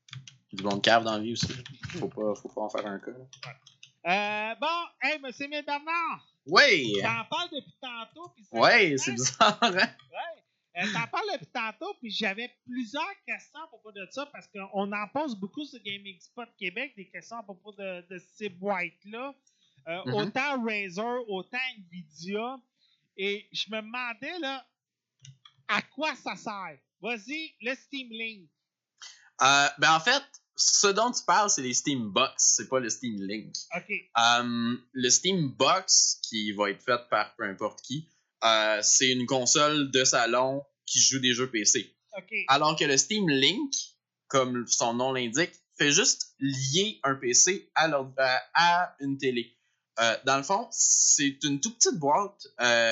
Du monde cave dans la vie aussi. Faut pas en faire un cas. Bon, hey, monsieur Émile Bernard, Oui! t'en parles depuis tantôt. Puis Ouais, c'est bizarre, hein? Ouais. T'en parles depuis tantôt, puis j'avais plusieurs questions à propos de ça, parce qu'on en pose beaucoup sur Gaming Spot Québec, des questions à propos de ces boîtes-là. Autant Razer, autant Nvidia. Et je me demandais, là, à quoi ça sert? Vas-y, le Steam Link. Ben en fait, ce dont tu parles, c'est les Steam Box, c'est pas le Steam Link. OK. Le Steam Box, qui va être fait par peu importe qui, c'est une console de salon qui joue des jeux PC. OK. Alors que le Steam Link, comme son nom l'indique, fait juste lier un PC à une télé. Dans le fond, c'est une toute petite boîte,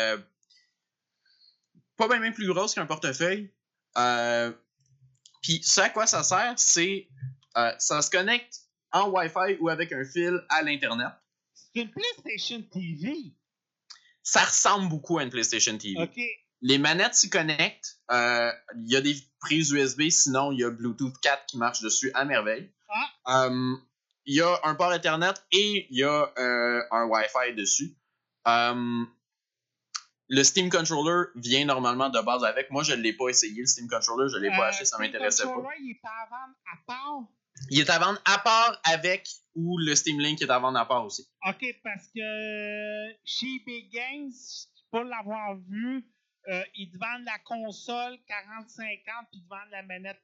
pas bien plus grosse qu'un portefeuille. Puis ce à quoi ça sert, c'est ça se connecte en Wi-Fi ou avec un fil à l'Internet. C'est une PlayStation TV. Ça ressemble beaucoup à une PlayStation TV. OK. Les manettes s'y connectent. Il y a des prises USB, sinon il y a Bluetooth 4 qui marche dessus à merveille. Il y a un port Ethernet et il y a un Wi-Fi dessus. Le Steam Controller vient normalement de base avec. Moi, je ne l'ai pas essayé, le Steam Controller. Je ne l'ai pas acheté, ça m'intéressait pas. Le Steam Controller, il est à vendre à part? Il est à vendre à part avec ou le Steam Link est à vendre à part aussi. OK, parce que chez Big Games, pour l'avoir vu, ils te vendent la console 40-50 puis ils te vendent la manette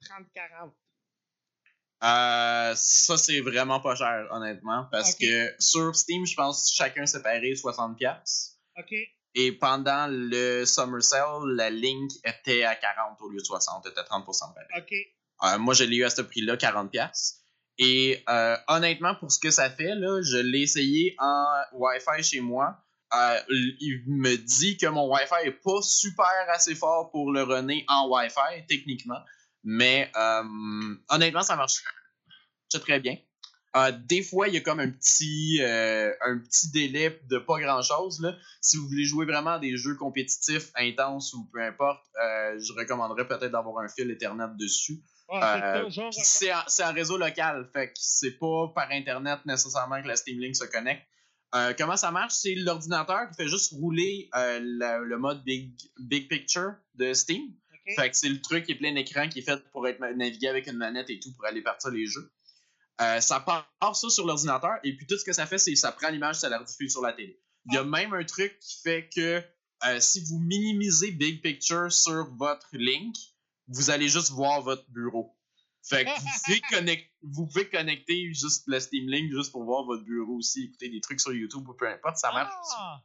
30-40. Ça, c'est vraiment pas cher, honnêtement. Parce que sur Steam, je pense chacun séparé 60$. OK. Et pendant le Summer Sale, la Link était à 40 au lieu de 60. Elle était 30% de rabais. OK. Moi, je l'ai eu à ce prix-là, 40$. Et honnêtement, pour ce que ça fait, là, je l'ai essayé en Wi-Fi chez moi. Il me dit que mon Wi-Fi est pas super assez fort pour le runner en Wi-Fi, techniquement. Mais honnêtement, ça marche très bien. Des fois, il y a comme un petit délai de pas grand-chose. Là. Si vous voulez jouer vraiment à des jeux compétitifs, intenses ou peu importe, je recommanderais peut-être d'avoir un fil Ethernet dessus. C'est un réseau local, fait que c'est pas par Internet nécessairement que la Steam Link se connecte. Comment ça marche? C'est l'ordinateur qui fait juste rouler le mode Big Picture de Steam. Okay. Fait que c'est le truc qui est plein écran qui est fait pour être navigué avec une manette et tout pour aller partir les jeux. Ça part ça sur l'ordinateur et puis tout ce que ça fait, c'est que ça prend l'image, ça la rediffuse sur la télé. Il y a même un truc qui fait que si vous minimisez Big Picture sur votre Link, vous allez juste voir votre bureau. Fait que vous pouvez connecter juste le Steam Link juste pour voir votre bureau aussi, écouter des trucs sur YouTube ou peu importe, ça marche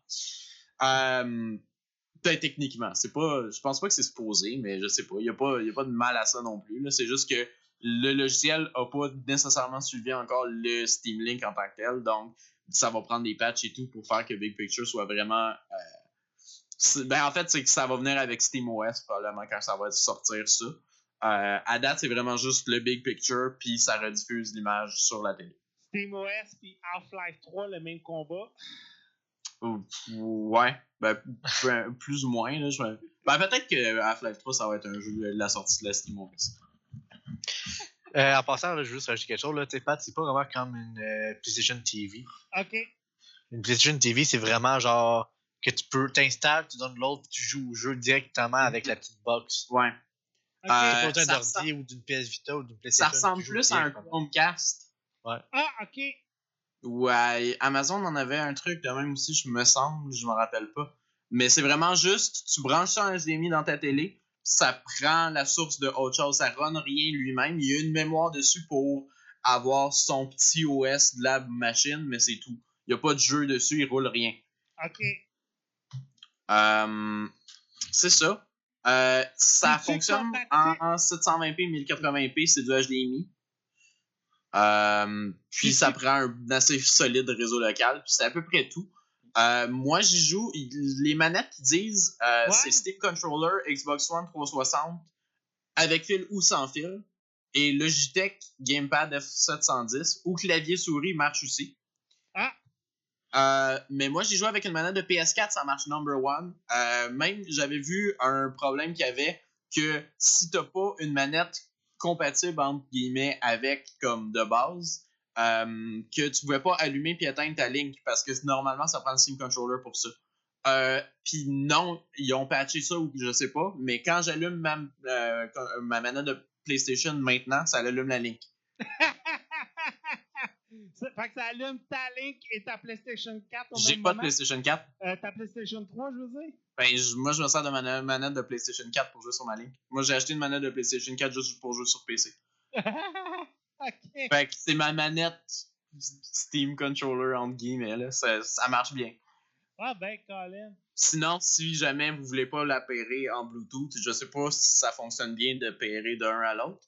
aussi. Peut-être techniquement, je pense pas que c'est supposé, mais je sais pas. Il y a pas de mal à ça non plus. Là. C'est juste que le logiciel a pas nécessairement suivi encore le Steam Link en tant que tel, donc ça va prendre des patchs et tout pour faire que Big Picture soit vraiment... en fait, c'est que ça va venir avec SteamOS probablement quand ça va sortir ça. À date, c'est vraiment juste le Big Picture, puis ça rediffuse l'image sur la télé. SteamOS puis Half-Life 3, le même combat? Ouais, plus ou moins. Là, peut-être que Half-Life 3, ça va être un jeu de la sortie de la SteamOS. En passant, là, je veux juste rajouter quelque chose. Là, Pat, c'est pas vraiment comme une PlayStation TV. OK. Une PlayStation TV, c'est vraiment genre que tu t'installes, tu donnes l'autre, tu joues au jeu directement avec la petite box. Ouais. Okay. Pas besoin d'un ordi ou d'une PS Vita ou d'une PlayStation. Ça ressemble plus à un Chromecast. Ouais. Ah, OK. Ouais, Amazon en avait un truc de même aussi, je me rappelle pas. Mais c'est vraiment juste, tu branches ça en HDMI dans ta télé, ça prend la source de autre chose, ça run rien lui-même. Il y a une mémoire dessus pour avoir son petit OS de la machine, mais c'est tout. Il n'y a pas de jeu dessus, il roule rien. OK. C'est ça. Ça fonctionne en 720p, 1080p, c'est du HDMI. Puis ça prend un assez solide réseau local, puis c'est à peu près tout. Moi, j'y joue. Les manettes qui disent c'est Steam Controller, Xbox One 360 avec fil ou sans fil. Et Logitech Gamepad F710 ou clavier souris marche aussi. Mais moi, j'ai joué avec une manette de PS4, ça marche number one. Même, j'avais vu un problème qu'il y avait que si t'as pas une manette compatible entre guillemets avec comme de base. Que tu pouvais pas allumer puis éteindre ta Link parce que normalement ça prend le Steam Controller pour ça. Puis non, ils ont patché ça ou je sais pas, mais quand j'allume ma manette de PlayStation maintenant, ça allume la Link. Fait que ça allume ta Link et ta PlayStation 4 au J'ai même pas moment. de PlayStation 4. Ta PlayStation 3, je veux dire. Ben, moi, je me sers de ma manette de PlayStation 4 pour jouer sur ma Link. Moi, j'ai acheté une manette de PlayStation 4 juste pour jouer sur PC. OK. Fait que c'est ma manette Steam Controller, entre guillemets, là. Ça marche bien. Ah ben, Colin. Sinon, si jamais vous voulez pas la pairer en Bluetooth, je sais pas si ça fonctionne bien de pairer d'un à l'autre.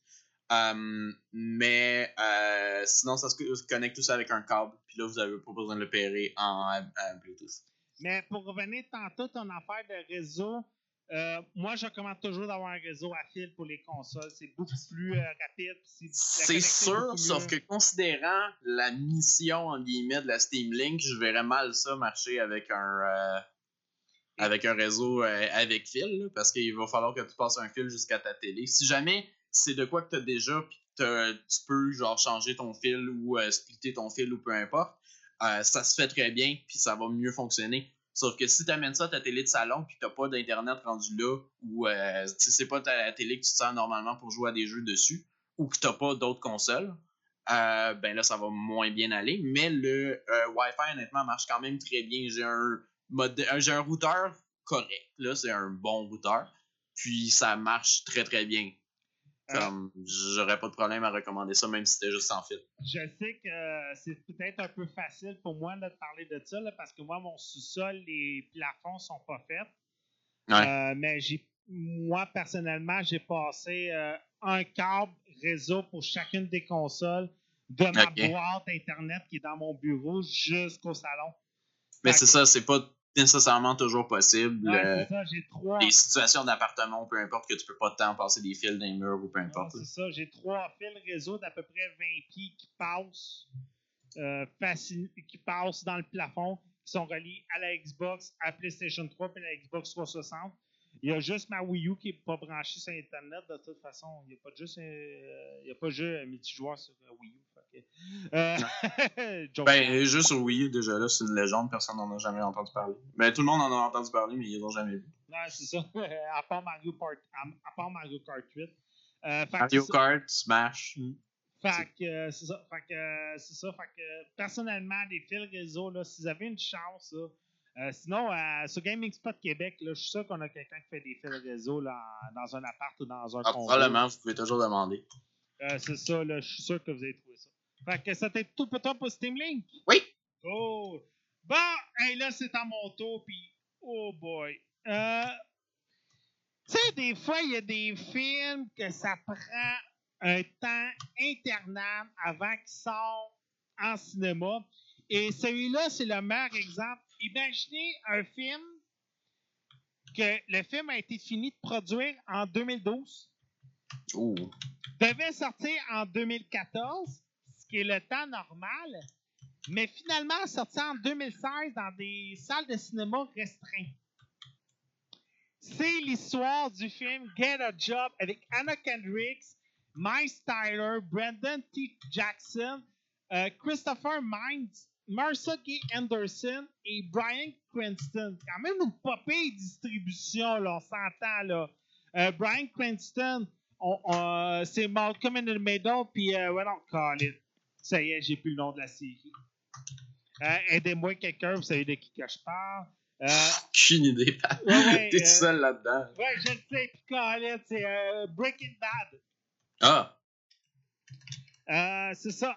Mais sinon, ça se connecte tout ça avec un câble. Puis là, vous avez pas besoin de le pairer en Bluetooth. Mais pour revenir tantôt ton affaire de réseau, moi, je recommande toujours d'avoir un réseau à fil pour les consoles. C'est beaucoup plus rapide. C'est sûr, sauf que considérant la mission, en guillemets, de la Steam Link, je verrais mal ça marcher avec un réseau avec fil, là, parce qu'il va falloir que tu passes un fil jusqu'à ta télé. Si jamais c'est de quoi que tu as déjà, puis tu peux genre changer ton fil ou splitter ton fil ou peu importe, ça se fait très bien, puis ça va mieux fonctionner. Sauf que si tu amènes ça à ta télé de salon, puis que tu n'as pas d'internet rendu là, ou c'est pas ta télé que tu te sers normalement pour jouer à des jeux dessus, ou que tu n'as pas d'autres consoles, ben là, ça va moins bien aller. Mais le Wi-Fi, honnêtement, marche quand même très bien. J'ai un routeur correct. Là, c'est un bon routeur. Puis ça marche très très bien. Comme j'aurais pas de problème à recommander ça, même si c'était juste sans fil. Je sais que c'est peut-être un peu facile pour moi là, de parler de ça, là, parce que moi, mon sous-sol, les plafonds sont pas faits. Ouais. Mais moi, personnellement, j'ai passé un câble réseau pour chacune des consoles de ma boîte Internet qui est dans mon bureau jusqu'au salon. Mais c'est ça, c'est pas nécessairement toujours possible. Ouais, c'est ça, j'ai 3. Les situations d'appartement, peu importe, que tu peux pas tant passer des fils dans les murs ou peu importe. C'est ça, j'ai 3 fils réseau d'à peu près 20 pieds qui passent dans le plafond, qui sont reliés à la Xbox, à la PlayStation 3 et à la Xbox 360. Il y a juste ma Wii U qui n'est pas branchée sur Internet. De toute façon, il n'y a pas de jeu multijoueur sur Wii U. Ben, juste sur Wii U, déjà là, c'est une légende. Personne n'en a jamais entendu parler. Ben, tout le monde en a entendu parler, mais ils l'ont jamais vu. Ouais, c'est ça. À part Mario Kart 8. Mario Kart, Smash. Fait que c'est ça. Fait que personnellement, les fils réseau, là, si vous avez une chance, là, sinon, sur Gaming Spot Québec, là, je suis sûr qu'on a quelqu'un qui fait des fils réseau là, dans un appart ou dans un condo. Probablement, vous pouvez toujours demander. C'est ça, là, je suis sûr que vous avez trouvé ça. Fait que c'était tout pour toi pour Steam Link? Oui! Oh! Bon, hey, là, c'est à mon tour, puis oh boy. Tu sais, des fois, il y a des films que ça prend un temps internable avant qu'il sorte en cinéma. Et celui-là, c'est le meilleur exemple. Imaginez un film que le film a été fini de produire en 2012. Ouh. Devait sortir en 2014, ce qui est le temps normal, mais finalement sorti en 2016 dans des salles de cinéma restreintes. C'est l'histoire du film Get a Job avec Anna Kendrick, Miles Tyler, Brandon T. Jackson, Christopher Mines, Marsha Gay Anderson et Bryan Cranston. Quand même une popée distribution, là, on s'entend. Là. Bryan Cranston, c'est Malcolm in the Middle, puis call it. Ça y est, j'ai plus le nom de la série. Aidez-moi quelqu'un, vous savez de qui que je parle. Aucune idée. T'es tout seul là-dedans. Ouais, je le sais. Puis Colin, c'est Breaking Ah! Bad. C'est ça.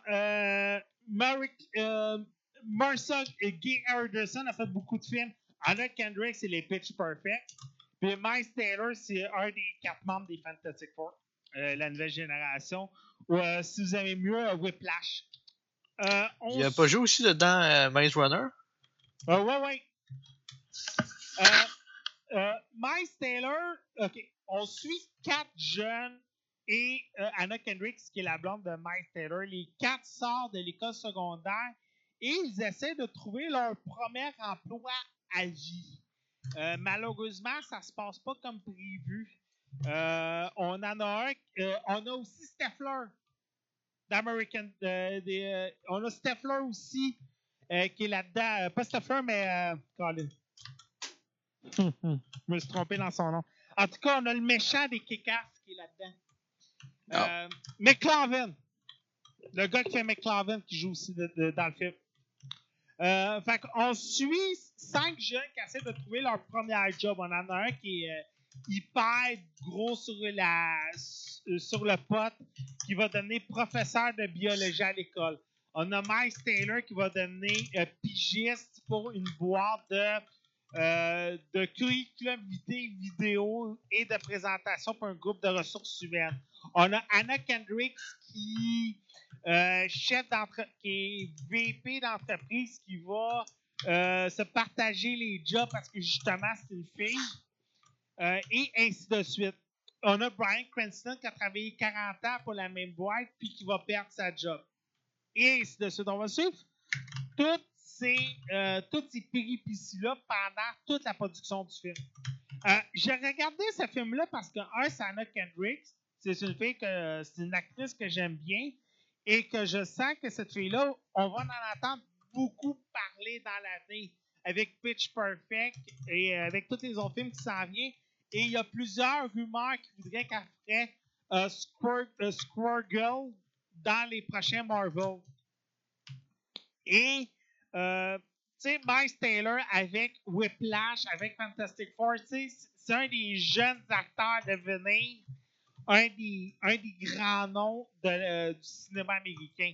Marsha Gay Anderson a fait beaucoup de films. Anna Kendrick, c'est les Pitch Perfect. Puis Miles Taylor, c'est un des 4 membres des Fantastic Four, la nouvelle génération. Ou si vous aimez mieux, Whiplash. Il a pas joué aussi dedans Maze Runner? Ouais. Miles Taylor, OK. On suit 4 jeunes et Anna Kendrick, qui est la blonde de Miles Taylor. Les 4 sortent de l'école secondaire et ils essaient de trouver leur premier emploi à vie. Malheureusement, ça se passe pas comme prévu. On en a un. On a aussi Steffler d'American. On a Steffler aussi qui est là-dedans. Pas Steffler, mais. Colin. Je me suis trompé dans son nom. En tout cas, on a le méchant des Kick-Ass qui est là-dedans. McLovin. Le gars qui fait McLovin qui joue aussi dans le film. Fait qu'on suit 5 jeunes qui essaient de trouver leur premier job. On en a un qui est hyper gros sur le pote, qui va devenir professeur de biologie à l'école. On a Miles Taylor qui va devenir pigiste pour une boîte de curriculum vitae vidéo et de présentation pour un groupe de ressources humaines. On a Anna Kendricks qui est VP d'entreprise qui va se partager les jobs parce que justement c'est une fille et ainsi de suite. On a Bryan Cranston qui a travaillé 40 ans pour la même boîte puis qui va perdre sa job. Et ainsi de suite. On va suivre toutes ces péripéties-là pendant toute la production du film. J'ai regardé ce film-là parce que, c'est Anna Kendricks. C'est une fille c'est une actrice que j'aime bien et que je sens que cette fille-là, on va en entendre beaucoup parler dans l'année avec Pitch Perfect et avec tous les autres films qui s'en viennent. Et il y a plusieurs rumeurs qui voudraient qu'elle ferait Squirrel Girl dans les prochains Marvel. Et, tu sais, Miles Taylor avec Whiplash, avec Fantastic Four, c'est un des jeunes acteurs de venir, un des grands noms du cinéma américain.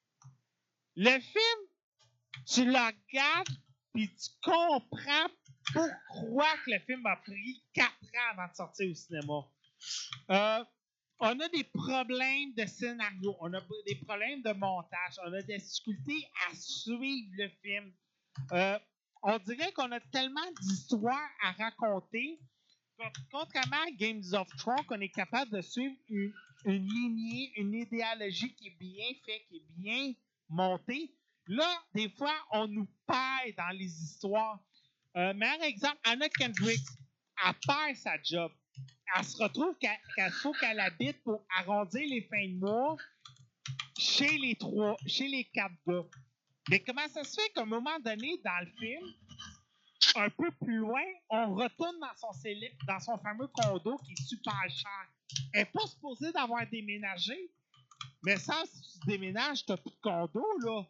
Le film, tu le regardes, puis tu comprends pourquoi que le film a pris 4 ans avant de sortir au cinéma. On a des problèmes de scénario, on a des problèmes de montage, on a des difficultés à suivre le film. On dirait qu'on a tellement d'histoires à raconter, contrairement à Games of Thrones, qu'on est capable de suivre une lignée, une idéologie qui est bien faite, qui est bien montée. Là, des fois, on nous perd dans les histoires. Meilleur exemple, Anna Kendricks, elle perd sa job. Elle se retrouve qu'il faut qu'elle habite pour arrondir les fins de mois chez les 4 gars. Mais comment ça se fait qu'à un moment donné, dans le film, un peu plus loin, on retourne dans son fameux condo qui est super cher. Elle n'est pas supposée d'avoir déménagé. Mais ça, si tu déménages, tu n'as plus de condo, là.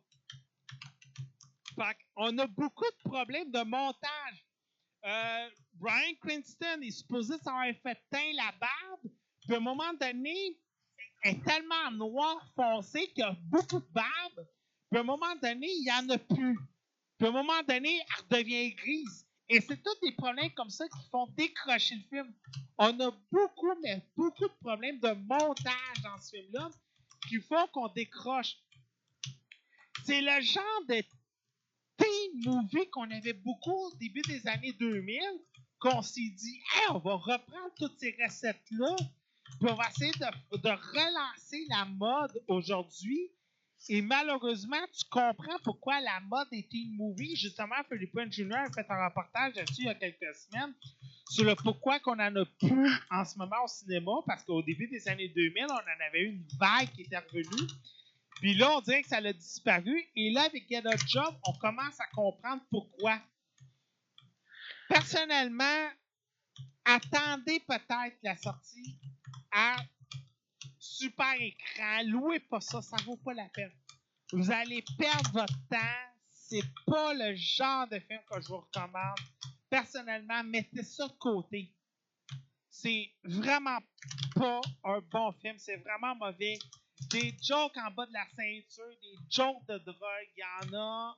Fait qu'on a beaucoup de problèmes de montage. Bryan Cranston est supposé s'avoir fait teindre la barbe, puis à un moment donné, elle est tellement noire foncée qu'il y a beaucoup de barbe, puis à un moment donné, il n'y en a plus. Puis à un moment donné, elle redevient grise. Et c'est tous des problèmes comme ça qui font décrocher le film. On a beaucoup, mais beaucoup de problèmes de montage dans ce film-là qui font qu'on décroche. C'est le genre de teen movie qu'on avait beaucoup au début des années 2000, qu'on s'est dit, hey, on va reprendre toutes ces recettes-là, puis on va essayer de relancer la mode aujourd'hui. Et malheureusement, tu comprends pourquoi la mode des teen movies. Justement, Philippe Jr. a fait un reportage là-dessus il y a quelques semaines sur le pourquoi qu'on en a plus en ce moment au cinéma, parce qu'au début des années 2000, on en avait eu une vague qui était revenue. Puis là, on dirait que ça a disparu. Et là, avec Get a Job, on commence à comprendre pourquoi. Personnellement, attendez peut-être la sortie à super écran. Louez pas ça, ça vaut pas la peine. Vous allez perdre votre temps. C'est pas le genre de film que je vous recommande. Personnellement, mettez ça de côté. C'est vraiment pas un bon film. C'est vraiment mauvais. Des jokes en bas de la ceinture, des jokes de drogue, il y en a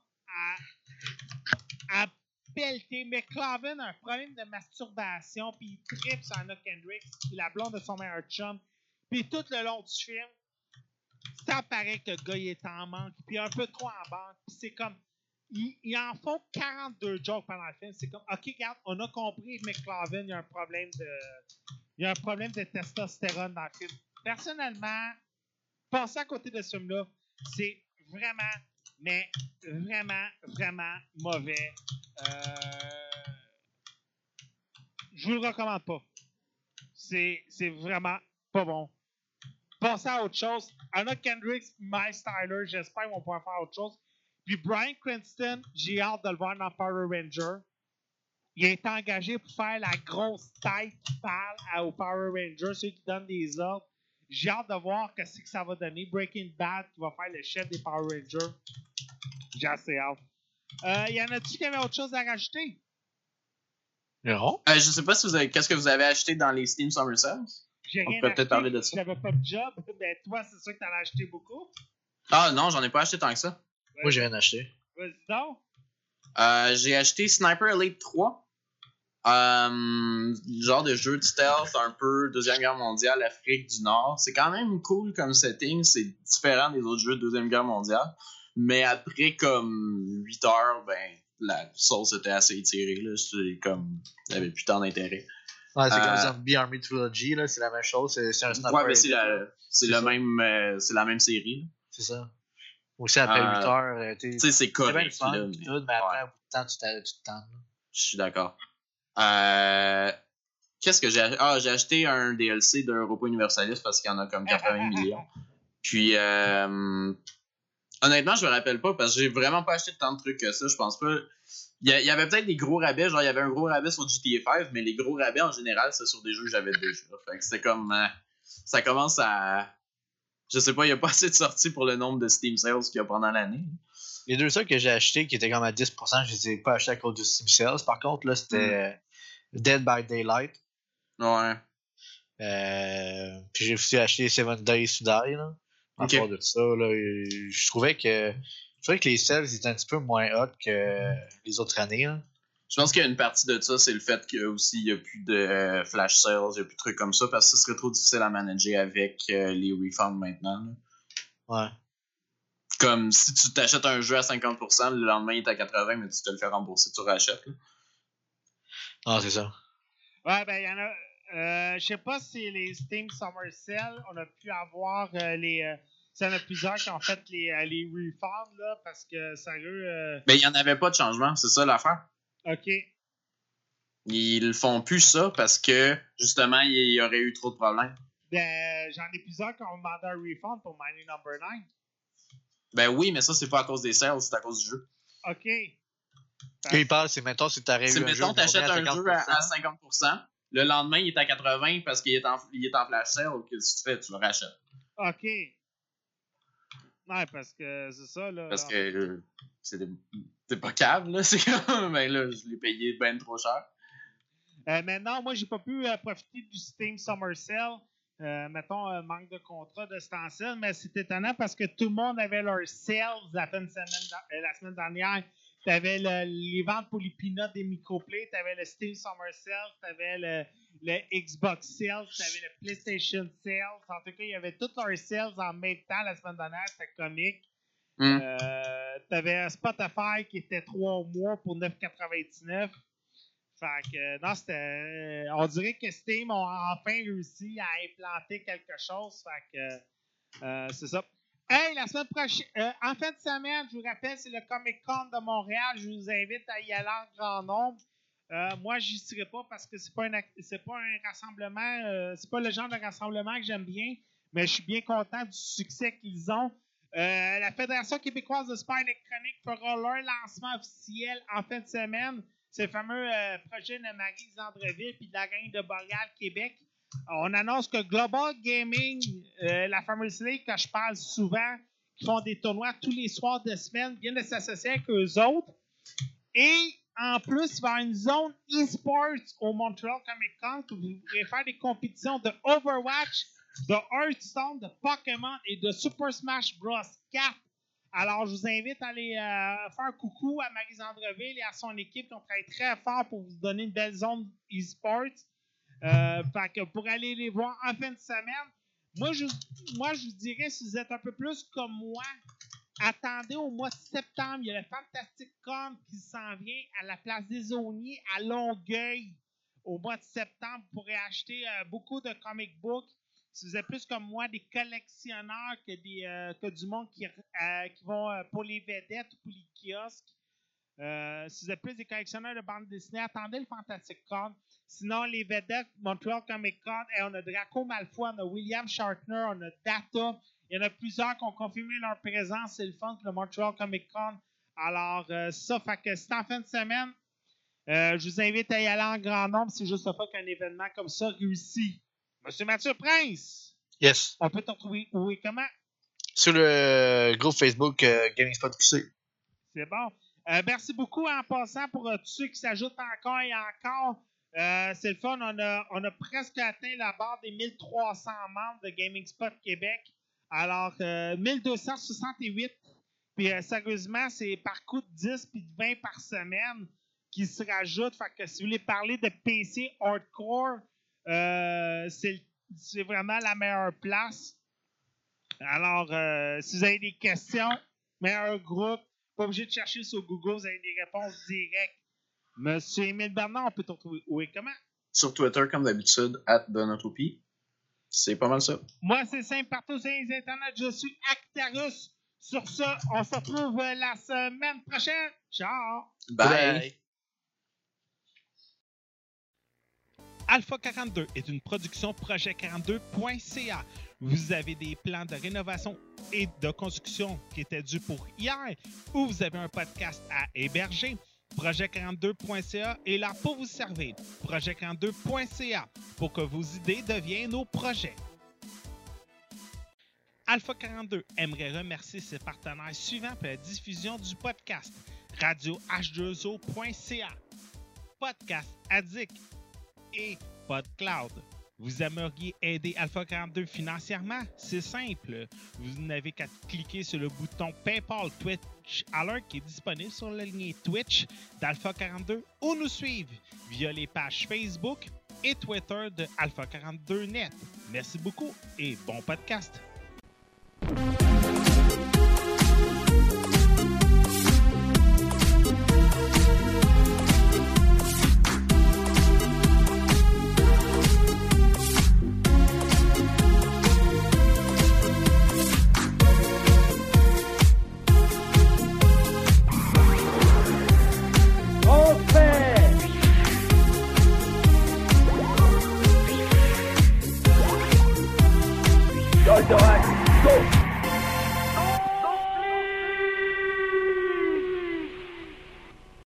à pelleter. McLovin a un problème de masturbation, puis il tripe sur Anna Kendricks, la blonde de son meilleur chum. Puis tout le long du film, ça paraît que le gars il est en manque, puis un peu trop en banque. Puis c'est comme, ils en font 42 jokes pendant le film. C'est comme, OK, regarde, on a compris, McLovin, il y a un problème de testostérone dans le film. Personnellement, passer à côté de ce film-là, c'est vraiment, mais vraiment, vraiment mauvais. Je vous le recommande pas. c'est vraiment pas bon. Passez à autre chose. Anna Kendricks, Miles Tyler, j'espère qu'ils vont pouvoir faire autre chose. Puis Bryan Cranston, j'ai hâte de le voir dans Power Ranger. Il a été engagé pour faire la grosse tête qui parle aux Power Rangers, ceux qui donnent des ordres. J'ai hâte de voir ce que ça va donner. Breaking Bad qui va faire le chef des Power Rangers. J'ai assez hâte. Y en a-tu qui avait autre chose à rajouter? Non. Je sais pas si vous avez. Qu'est-ce que vous avez acheté dans les Steam Summer Sales? J'ai On rien peut acheté. peut-être parler de ça. J'avais pas de job. Ben, toi, c'est sûr que t'en as acheté beaucoup. Ah non, j'en ai pas acheté tant que ça. Moi, j'ai rien acheté. Vas-y donc. J'ai acheté Sniper Elite 3. Genre de jeu de stealth, un peu Deuxième Guerre mondiale, Afrique du Nord. C'est quand même cool comme setting. C'est différent des autres jeux de Deuxième Guerre mondiale. Mais après comme 8 heures, ben la sauce était assez étirée. Là. C'est comme. Il n'y avait plus tant d'intérêt. Ouais, c'est comme Zombie Army Trilogy, là, c'est la même chose. C'est un sniper. Ouais, mais c'est la même série. Là. C'est ça. Aussi, après 8 heures, tu sais, c'est correct. bien le fun, là, mais après, au bout de temps, tu te tentes. Je suis d'accord. Qu'est-ce que j'ai acheté? Ah, j'ai acheté un DLC d'Europa Universalis parce qu'il y en a comme 80 millions. Puis, honnêtement, je me rappelle pas parce que j'ai vraiment pas acheté tant de trucs que ça. Je pense pas. Il y avait peut-être des gros rabais, genre il y avait un gros rabais sur GTA 5, mais les gros rabais en général, c'est sur des jeux que j'avais déjà. Fait que c'était comme. Ça commence à. Je sais pas, il y a pas assez de sorties pour le nombre de Steam Sales qu'il y a pendant l'année. Les deux seuls que j'ai achetés qui étaient comme à 10%, je les ai pas achetés à cause du Steam Sales. Par contre, là, c'était Dead by Daylight. Ouais. Puis j'ai aussi acheté 7 Days to Die. Là. En part de ça, là, je trouvais que les sales étaient un petit peu moins hot que les autres années. Là. Je pense qu'il y a une partie de ça, c'est le fait qu'il n'y a plus de flash sales, il n'y a plus de trucs comme ça, parce que ce serait trop difficile à manager avec les refunds maintenant. Là. Ouais. Comme si tu t'achètes un jeu à 50%, le lendemain il est à 80%, mais tu te le fais rembourser, tu rachètes. Là. Ah, c'est ça. Ouais, ben, il y en a. Je sais pas si les Steam Summer Sale, on a pu avoir les. Il y en a plusieurs qui ont fait les refunds, là, parce que, sérieux. Ben, il n'y en avait pas de changement, c'est ça l'affaire. OK. Ils font plus ça parce que, justement, il y aurait eu trop de problèmes. Ben, j'en ai plusieurs qui ont demandé un refund pour Mining Number 9. Ben oui, mais ça, c'est pas à cause des sales, c'est à cause du jeu. OK. Ce qu'il parle, c'est mettons, si tu arrives. C'est mettons, t'achètes un jeu à 50%, le lendemain, il est à 80% parce qu'il est en flash sale, qu'est-ce que tu fais? Tu le rachètes. OK. Ouais, parce que c'est ça, là. Parce que c'est pas câble, là. C'est comme, ben là, je l'ai payé ben trop cher. Maintenant, moi, j'ai pas pu profiter du Steam Summer Sale. Mettons, manque de contrat de ce temps-ci, mais c'est étonnant parce que tout le monde avait leurs sales la semaine dernière. Tu avais les ventes pour les peanuts des microplays, tu avais le Steam Summer Sale, tu avais le Xbox Sale, tu avais le PlayStation Sale. En tout cas, il y avait tous leurs sales en même temps la semaine dernière, c'était comique. Tu avais Spotify qui était 3 mois pour 9,99. Fait que, non, c'était. On dirait que Steam ont enfin réussi à implanter quelque chose. Fait que, c'est ça. Hey, la semaine prochaine, en fin de semaine, je vous rappelle, c'est le Comic Con de Montréal. Je vous invite à y aller en grand nombre. Moi, j'y serai pas parce que c'est pas un rassemblement, c'est pas le genre de rassemblement que j'aime bien, mais je suis bien content du succès qu'ils ont. La Fédération québécoise de sport électronique fera leur lancement officiel en fin de semaine. C'est le fameux projet de Maryse Andreville puis de la gang de Boréal Québec. On annonce que Global Gaming, la fameuse ligue que je parle souvent, qui font des tournois tous les soirs de semaine, viennent de s'associer avec eux autres. Et en plus, il va y avoir une zone e-sports au Montreal Comic Con où vous pourrez faire des compétitions de Overwatch, de Hearthstone, de Pokémon et de Super Smash Bros. 4. Alors, je vous invite à aller faire un coucou à Maryse Andreville et à son équipe qui ont travaillé très fort pour vous donner une belle zone e-sports. Fait que pour aller les voir en fin de semaine, moi, je vous dirais, si vous êtes un peu plus comme moi, attendez au mois de septembre. Il y a le Fantastic Con qui s'en vient à la place des Aulniers à Longueuil. Au mois de septembre, vous pourrez acheter beaucoup de comic books. Si vous êtes plus comme moi, des collectionneurs que du monde qui vont pour les vedettes ou pour les kiosques. Si vous êtes plus des collectionneurs de bandes dessinées, attendez le Fantastic Con. Sinon, les vedettes, Montreal Comic Con, et on a Draco Malfoy, on a William Shatner, on a Data. Il y en a plusieurs qui ont confirmé leur présence. C'est le fun pour le Montreal Comic Con. Alors, ça, fait que c'est en fin de semaine. Je vous invite à y aller en grand nombre. C'est juste pas qu'un événement comme ça réussit. Monsieur Mathieu Prince, Yes. on peut te retrouver où et comment? Sur le groupe Facebook Gaming Spot QC. C'est bon. Merci beaucoup en passant pour tous ceux qui s'ajoutent encore et encore. C'est le fun. On a presque atteint la barre des 1300 membres de Gaming Spot Québec. Alors, 1268. Puis, sérieusement, c'est par coup de 10 puis de 20 par semaine qui se rajoutent. Fait que si vous voulez parler de PC hardcore, c'est vraiment la meilleure place. Alors, si vous avez des questions, meilleur groupe, pas obligé de chercher sur Google, vous avez des réponses directes. Monsieur Émile Bernard, on peut te retrouver où et comment? Sur Twitter, comme d'habitude, @Donatopie. C'est pas mal ça. Moi, c'est simple, partout sur les internets, je suis Actarus. Sur ça, on se retrouve la semaine prochaine. Ciao! Bye. Alpha 42 est une production projet42.ca. Vous avez des plans de rénovation et de construction qui étaient dus pour hier ou vous avez un podcast à héberger. Projet42.ca est là pour vous servir. Projet42.ca pour que vos idées deviennent nos projets. Alpha 42 aimerait remercier ses partenaires suivants pour la diffusion du podcast. Radio H2O.ca, Podcast Addict et PodCloud. Vous aimeriez aider Alpha 42 financièrement? C'est simple. Vous n'avez qu'à cliquer sur le bouton PayPal Twitch Alert qui est disponible sur la ligne Twitch d'Alpha 42 ou nous suivre via les pages Facebook et Twitter de Alpha 42 Net. Merci beaucoup et bon podcast. Go,